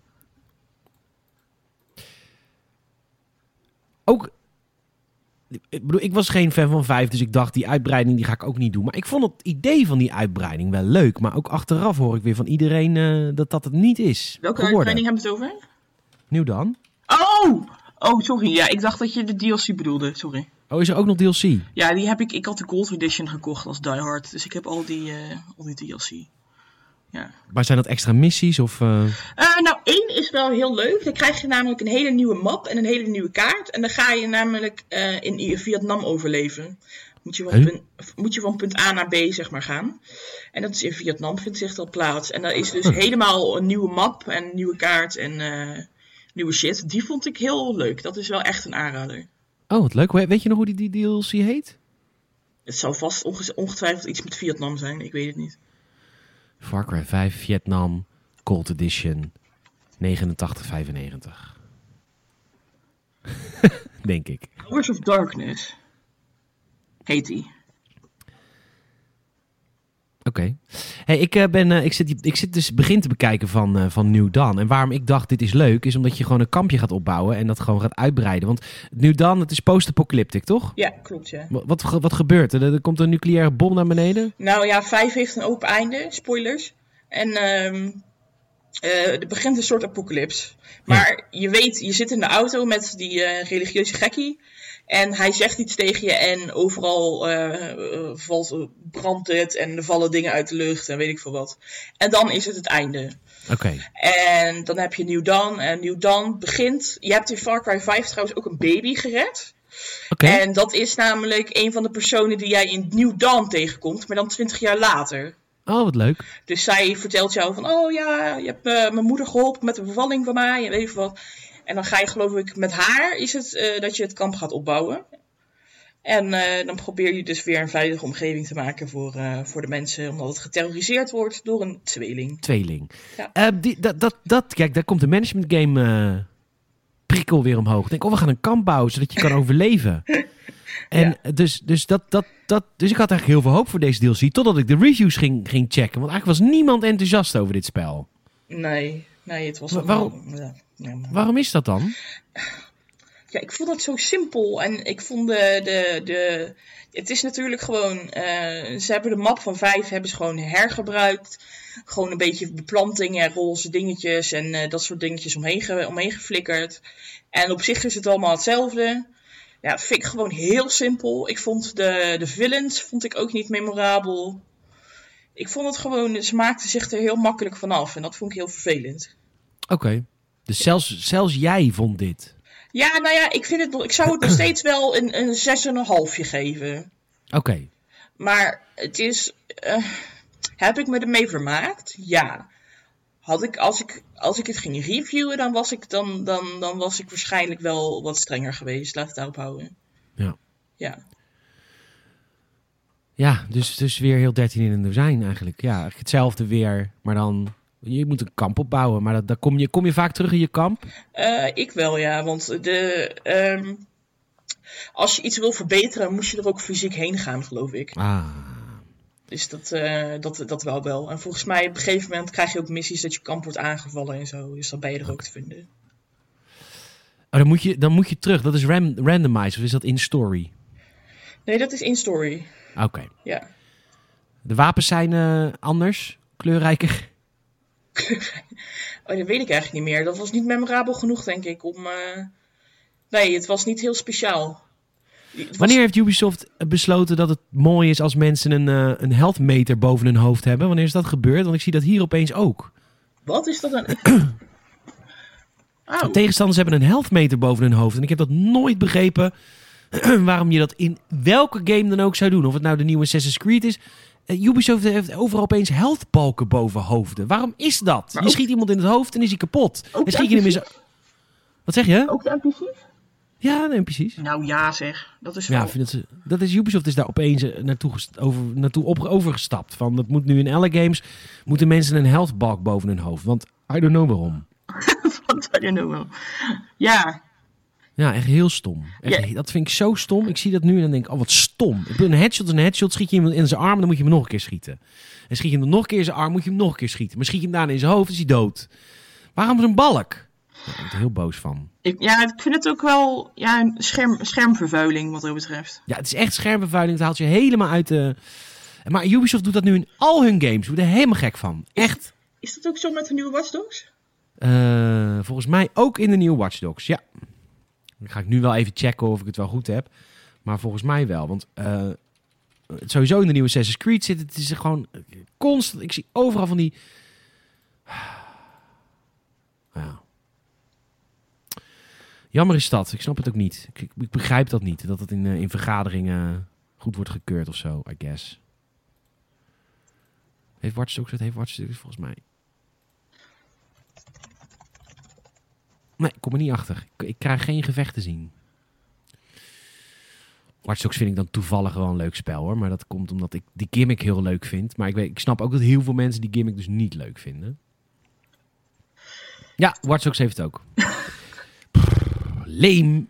Ook, ik bedoel, ik was geen fan van vijf, dus ik dacht die uitbreiding die ga ik ook niet doen. Maar ik vond het idee van die uitbreiding wel leuk. Maar ook achteraf hoor ik weer van iedereen uh, dat dat het niet is Welke geworden. uitbreiding hebben we het over? Nieuw dan? Oh! Oh, sorry. Ja, ik dacht dat je de D L C bedoelde. Sorry. Oh, is er ook nog D L C? Ja, die heb ik... Ik had de Gold Edition gekocht als Die Hard. Dus ik heb al die, uh, al die D L C. Ja. Maar zijn dat extra missies of... Uh... Uh, nou, één is wel heel leuk. Dan krijg je namelijk een hele nieuwe map en een hele nieuwe kaart. En dan ga je namelijk uh, in Vietnam overleven. Moet je, van Huh? punt, moet je van punt A naar B, zeg maar, gaan. En dat is in Vietnam, vindt zich dat plaats. En daar is dus Huh. helemaal een nieuwe map en een nieuwe kaart en uh, nieuwe shit. Die vond ik heel leuk. Dat is wel echt een aanrader. Oh, wat leuk. Weet je nog hoe die, die D L C heet? Het zou vast onge- ongetwijfeld iets met Vietnam zijn. Ik weet het niet. Far Cry vijf, Vietnam, Gold Edition, negenentachtig vijfennegentig. Denk ik. Hours of Darkness heet die. Oké. Okay. Hey, ik, uh, ben, uh, ik, zit, ik zit dus begin te bekijken van, uh, van New Dawn. En waarom ik dacht dit is leuk, is omdat je gewoon een kampje gaat opbouwen en dat gewoon gaat uitbreiden. Want New Dawn, het is post-apocalyptic, toch? Ja, klopt, ja. Wat, wat, wat gebeurt er? Er komt een nucleaire bom naar beneden? Nou ja, vijf heeft een open einde. Spoilers. En um, Uh, er begint een soort apocalyps. Maar ja. je weet, je zit in de auto met die uh, religieuze gekkie. En hij zegt iets tegen je en overal uh, uh, valt, brandt het en er vallen dingen uit de lucht en weet ik veel wat. En dan is het het einde. Oké. Okay. En dan heb je New Dawn. En New Dawn begint... Je hebt in Far Cry vijf trouwens ook een baby gered. Oké. Okay. En dat is namelijk een van de personen die jij in New Dawn tegenkomt, maar dan twintig jaar later. Oh, wat leuk. Dus zij vertelt jou van, oh ja, je hebt uh, mijn moeder geholpen met de bevalling van mij en weet je wat. En dan ga je geloof ik, met haar is het uh, dat je het kamp gaat opbouwen. En uh, dan probeer je dus weer een veilige omgeving te maken voor, uh, voor de mensen, omdat het geterroriseerd wordt door een tweeling. Tweeling. Ja. Uh, die, dat, dat, dat, kijk, daar komt de management game uh, prikkel weer omhoog. Ik denk, oh, we gaan een kamp bouwen, zodat je kan overleven. En ja. dus, dus, dat, dat, dat, dus ik had eigenlijk heel veel hoop voor deze D L C, totdat ik de reviews ging, ging checken. Want eigenlijk was niemand enthousiast over dit spel. Nee, nee, het was... Wa- waarom, ja, ja, maar... waarom is dat dan? Ja, ik vond het zo simpel. En ik vond de... de, de het is natuurlijk gewoon... Uh, ze hebben de map van vijf hebben ze gewoon hergebruikt. Gewoon een beetje beplanting en roze dingetjes en uh, dat soort dingetjes omheen, ge, omheen geflikkerd. En op zich is het allemaal hetzelfde. Ja, vind ik gewoon heel simpel. Ik vond de, de villains vond ik ook niet memorabel. Ik vond het gewoon... Ze maakten zich er heel makkelijk vanaf. En dat vond ik heel vervelend. Oké. Okay. Dus zelfs, zelfs jij vond dit... Ja, nou ja, ik, vind het, ik zou het nog steeds wel een, een zes komma vijf geven. Oké. Okay. Maar het is... Uh, heb ik me ermee vermaakt? Ja. Had ik, als, ik, als ik het ging reviewen, dan was ik, dan, dan, dan was ik waarschijnlijk wel wat strenger geweest. Laat het daarop houden. Ja. Ja. Ja, dus, dus weer heel dertien in een dozijn eigenlijk. Ja, hetzelfde weer, maar dan... Je moet een kamp opbouwen, maar dat, dat kom, je, kom je vaak terug in je kamp? Uh, ik wel, ja. Want de, um, als je iets wil verbeteren, moet je er ook fysiek heen gaan, geloof ik. Ah. Dus dat, uh, dat, dat wel wel. En volgens mij op een gegeven moment krijg je ook missies dat je kamp wordt aangevallen en zo. Dus dan ben je er ook te vinden. Oh, dan, moet je, dan moet je terug. Dat is ram, randomized of is dat in story? Nee, dat is in story. Oké. Okay. Ja. De wapens zijn uh, anders, kleurrijker? Oh, dat weet ik eigenlijk niet meer. Dat was niet memorabel genoeg, denk ik. Om, uh... Nee, het was niet heel speciaal. Was... Wanneer heeft Ubisoft besloten dat het mooi is als mensen een, uh, een health meter boven hun hoofd hebben? Wanneer is dat gebeurd? Want ik zie dat hier opeens ook. Wat is dat dan? Oh. Tegenstanders hebben een health meter boven hun hoofd. En ik heb dat nooit begrepen waarom je dat in welke game dan ook zou doen. Of het nou de nieuwe Assassin's Creed is. Uh, Ubisoft heeft overal opeens healthbalken boven hoofden. Waarom is dat? Maar je ook... schiet iemand in het hoofd en is hij kapot. En schiet je hem in zijn... Wat zeg je? Ook de N P C's? Ja, de N P C's. Nou ja zeg, dat is wel... Ja, vind dat, dat is Ubisoft is daar opeens naartoe, gest- over, naartoe op, overgestapt. Van, dat moet nu in alle games, moeten mensen een healthbalk boven hun hoofd. Want I don't know waarom. Want I don't know waarom. Ja. Ja, echt heel stom. Echt, ja. Dat vind ik zo stom. Ik zie dat nu en dan denk ik, oh wat stom. Ik bedoel, een headshot is een headshot. Schiet je iemand in zijn arm, dan moet je hem nog een keer schieten. En schiet je hem nog een keer in zijn arm, moet je hem nog een keer schieten. Maar schiet je hem daarna in zijn hoofd, is hij dood. Waarom zo'n balk? Daar ben ik er heel boos van. Ik, ja, ik vind het ook wel ja, een scherm, schermvervuiling wat dat betreft. Ja, het is echt schermvervuiling. Het haalt je helemaal uit de... Maar Ubisoft doet dat nu in al hun games. We worden er helemaal gek van. Echt. Is dat ook zo met de nieuwe Watch Dogs? Uh, volgens mij ook in de nieuwe Watch Dogs, ja. Dan ga ik nu wel even checken of ik het wel goed heb. Maar volgens mij wel. Want uh, sowieso in de nieuwe Assassin's Creed zit het. Het is gewoon constant. Ik zie overal van die... Ja. Jammer is dat. Ik snap het ook niet. Ik, ik begrijp dat niet. Dat het in, uh, in vergaderingen goed wordt gekeurd of zo, I guess. Heeft Watch Dogs het? Heeft Watch Dogs volgens mij. Nee, ik kom er niet achter. Ik, ik krijg geen gevecht te zien. Watch Dogs vind ik dan toevallig wel een leuk spel hoor. Maar dat komt omdat ik die gimmick heel leuk vind. Maar ik, weet, ik snap ook dat heel veel mensen die gimmick dus niet leuk vinden. Ja, Watch Dogs heeft het ook. Leem.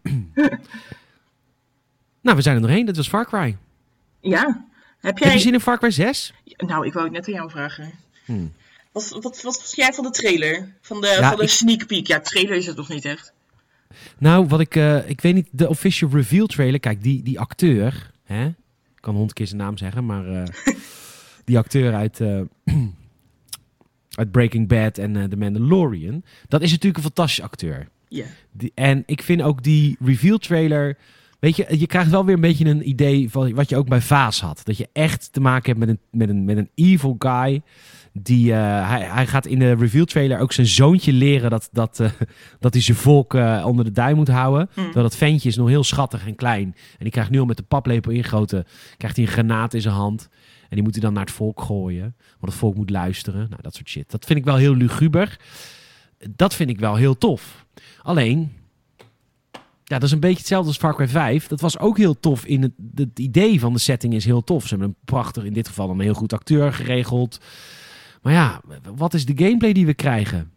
Nou, we zijn er doorheen. Dat was Far Cry. Ja. Heb, jij... heb je zin in Far Cry zes? Nou, ik wou het net aan jou vragen. Hmm. Wat, wat, wat was jij van de trailer? Van de, ja, van de ik... sneak peek? Ja, trailer is het nog niet echt. Nou, wat ik... Uh, ik weet niet, de official reveal trailer... Kijk, die, die acteur... Hè? Ik kan honderd keer zijn naam zeggen, maar... Uh, die acteur uit... Uh, uit Breaking Bad en uh, The Mandalorian. Dat is natuurlijk een fantastische acteur. Ja. Die, en ik vind ook die reveal trailer... Weet je, je krijgt wel weer een beetje een idee van wat je ook bij Vaas had. Dat je echt te maken hebt met een, met een, met een evil guy. Die, uh, hij, hij gaat in de reveal trailer ook zijn zoontje leren dat, dat, uh, dat hij zijn volk uh, onder de duim moet houden. Mm. Terwijl dat ventje is nog heel schattig en klein. En die krijgt nu al met de paplepel ingegoten, krijgt hij een granaat in zijn hand. En die moet hij dan naar het volk gooien. Want het volk moet luisteren. Nou, dat soort shit. Dat vind ik wel heel luguber. Dat vind ik wel heel tof. Alleen... Ja, dat is een beetje hetzelfde als Far Cry vijf. Dat was ook heel tof. In het, het idee van de setting is heel tof. Ze hebben een prachtig, in dit geval een heel goed acteur geregeld. Maar ja, wat is de gameplay die we krijgen?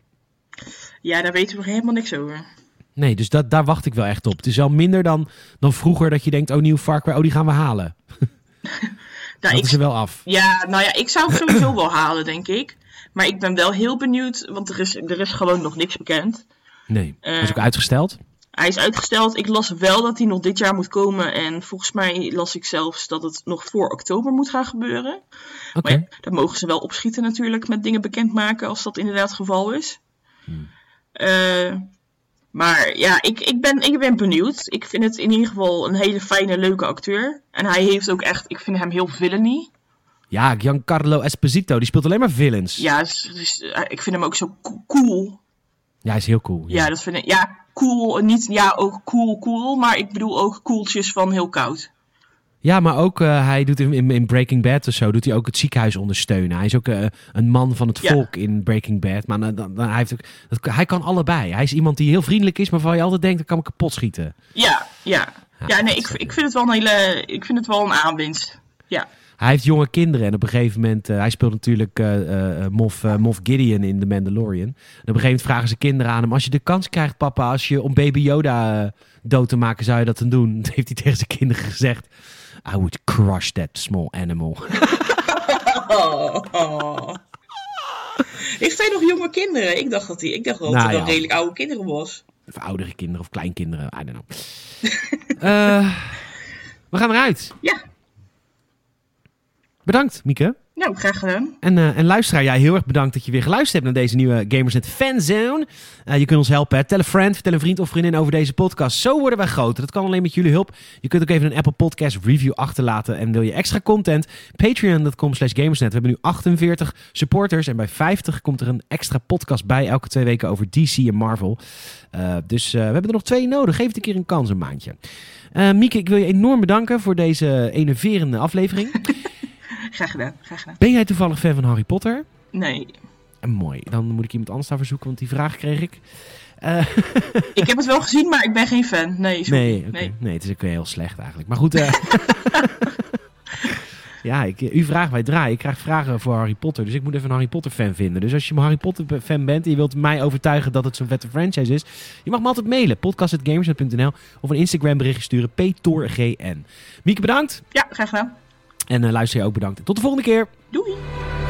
Ja, daar weten we nog helemaal niks over. Nee, dus dat, daar wacht ik wel echt op. Het is wel minder dan, dan vroeger dat je denkt, oh, nieuw Far Cry, oh, die gaan we halen. Nou, dat ik, is er wel af. Ja, nou ja, ik zou het sowieso wel halen, denk ik. Maar ik ben wel heel benieuwd, want er is, er is gewoon nog niks bekend. Nee, uh, dat is ook uitgesteld. Hij is uitgesteld. Ik las wel dat hij nog dit jaar moet komen. En volgens mij las ik zelfs dat het nog voor oktober moet gaan gebeuren. Okay. Maar ja, daar mogen ze wel opschieten natuurlijk met dingen bekendmaken als dat inderdaad het geval is. Hmm. Uh, maar ja, ik, ik, ben, ik ben benieuwd. Ik vind het in ieder geval een hele fijne, leuke acteur. En hij heeft ook echt, ik vind hem heel villainy. Ja, Giancarlo Esposito, die speelt alleen maar villains. Ja, dus, dus, uh, ik vind hem ook zo cool. Ja, hij is heel cool. Ja, ja dat vind ik, ja, cool, niet, ja, ook cool, cool, maar ik bedoel ook koeltjes van heel koud. Ja, maar ook, uh, hij doet in, in Breaking Bad of zo, doet hij ook het ziekenhuis ondersteunen. Hij is ook uh, een man van het volk ja. in Breaking Bad, maar uh, dan, dan, hij, heeft ook, dat, hij kan allebei. Hij is iemand die heel vriendelijk is, maar waarvan je altijd denkt, dat kan me kapot schieten. Ja, ja. Ja, ja nee, ik, ik vind het wel een hele, ik vind het wel een aanwinst, ja. Hij heeft jonge kinderen en op een gegeven moment... Uh, hij speelt natuurlijk uh, uh, Moff, uh, Moff Gideon in The Mandalorian. En op een gegeven moment vragen ze kinderen aan hem... Als je de kans krijgt, papa, als je om Baby Yoda uh, dood te maken... zou je dat dan doen? Dat heeft hij tegen zijn kinderen gezegd. I would crush that small animal. oh, oh. Heeft hij nog jonge kinderen? Ik dacht dat hij, ik dacht dat nou, hij ja. nog redelijk oude kinderen was. Of oudere kinderen of kleinkinderen, I don't know. uh, we gaan eruit. Ja. Bedankt, Mieke. Nou, graag gedaan. En, uh, en luisteraar, jij heel erg bedankt dat je weer geluisterd hebt naar deze nieuwe Gamersnet Fanzone. Uh, je kunt ons helpen. Hè? Tel een friend, vertel een vriend of vriendin over deze podcast. Zo worden wij groter. Dat kan alleen met jullie hulp. Je kunt ook even een Apple Podcast review achterlaten. En wil je extra content? Patreon dot com slash gamersnet. We hebben nu achtenveertig supporters. En bij vijftig komt er een extra podcast bij. Elke twee weken over D C en Marvel. Uh, dus uh, we hebben er nog twee nodig. Geef het een keer een kans, een maandje. Uh, Mieke, ik wil je enorm bedanken voor deze enerverende aflevering. Graag gedaan, graag gedaan. Ben jij toevallig fan van Harry Potter? Nee. Uh, mooi, dan moet ik iemand anders daarvoor zoeken, want die vraag kreeg ik. Uh... ik heb het wel gezien, maar ik ben geen fan. Nee, sorry. Nee, okay. nee. nee, het is ook heel slecht eigenlijk. Maar goed, uh... ja, ik, u vraagt, wij draaien. Ik krijg vragen voor Harry Potter, dus ik moet even een Harry Potter fan vinden. Dus als je een Harry Potter fan bent en je wilt mij overtuigen dat het zo'n vette franchise is, je mag me altijd mailen, podcast at gamersnet punt n l of een Instagram berichtje sturen, p torgn. Mieke, bedankt. Ja, graag gedaan. En uh, luister je ook bedankt. Tot de volgende keer. Doei.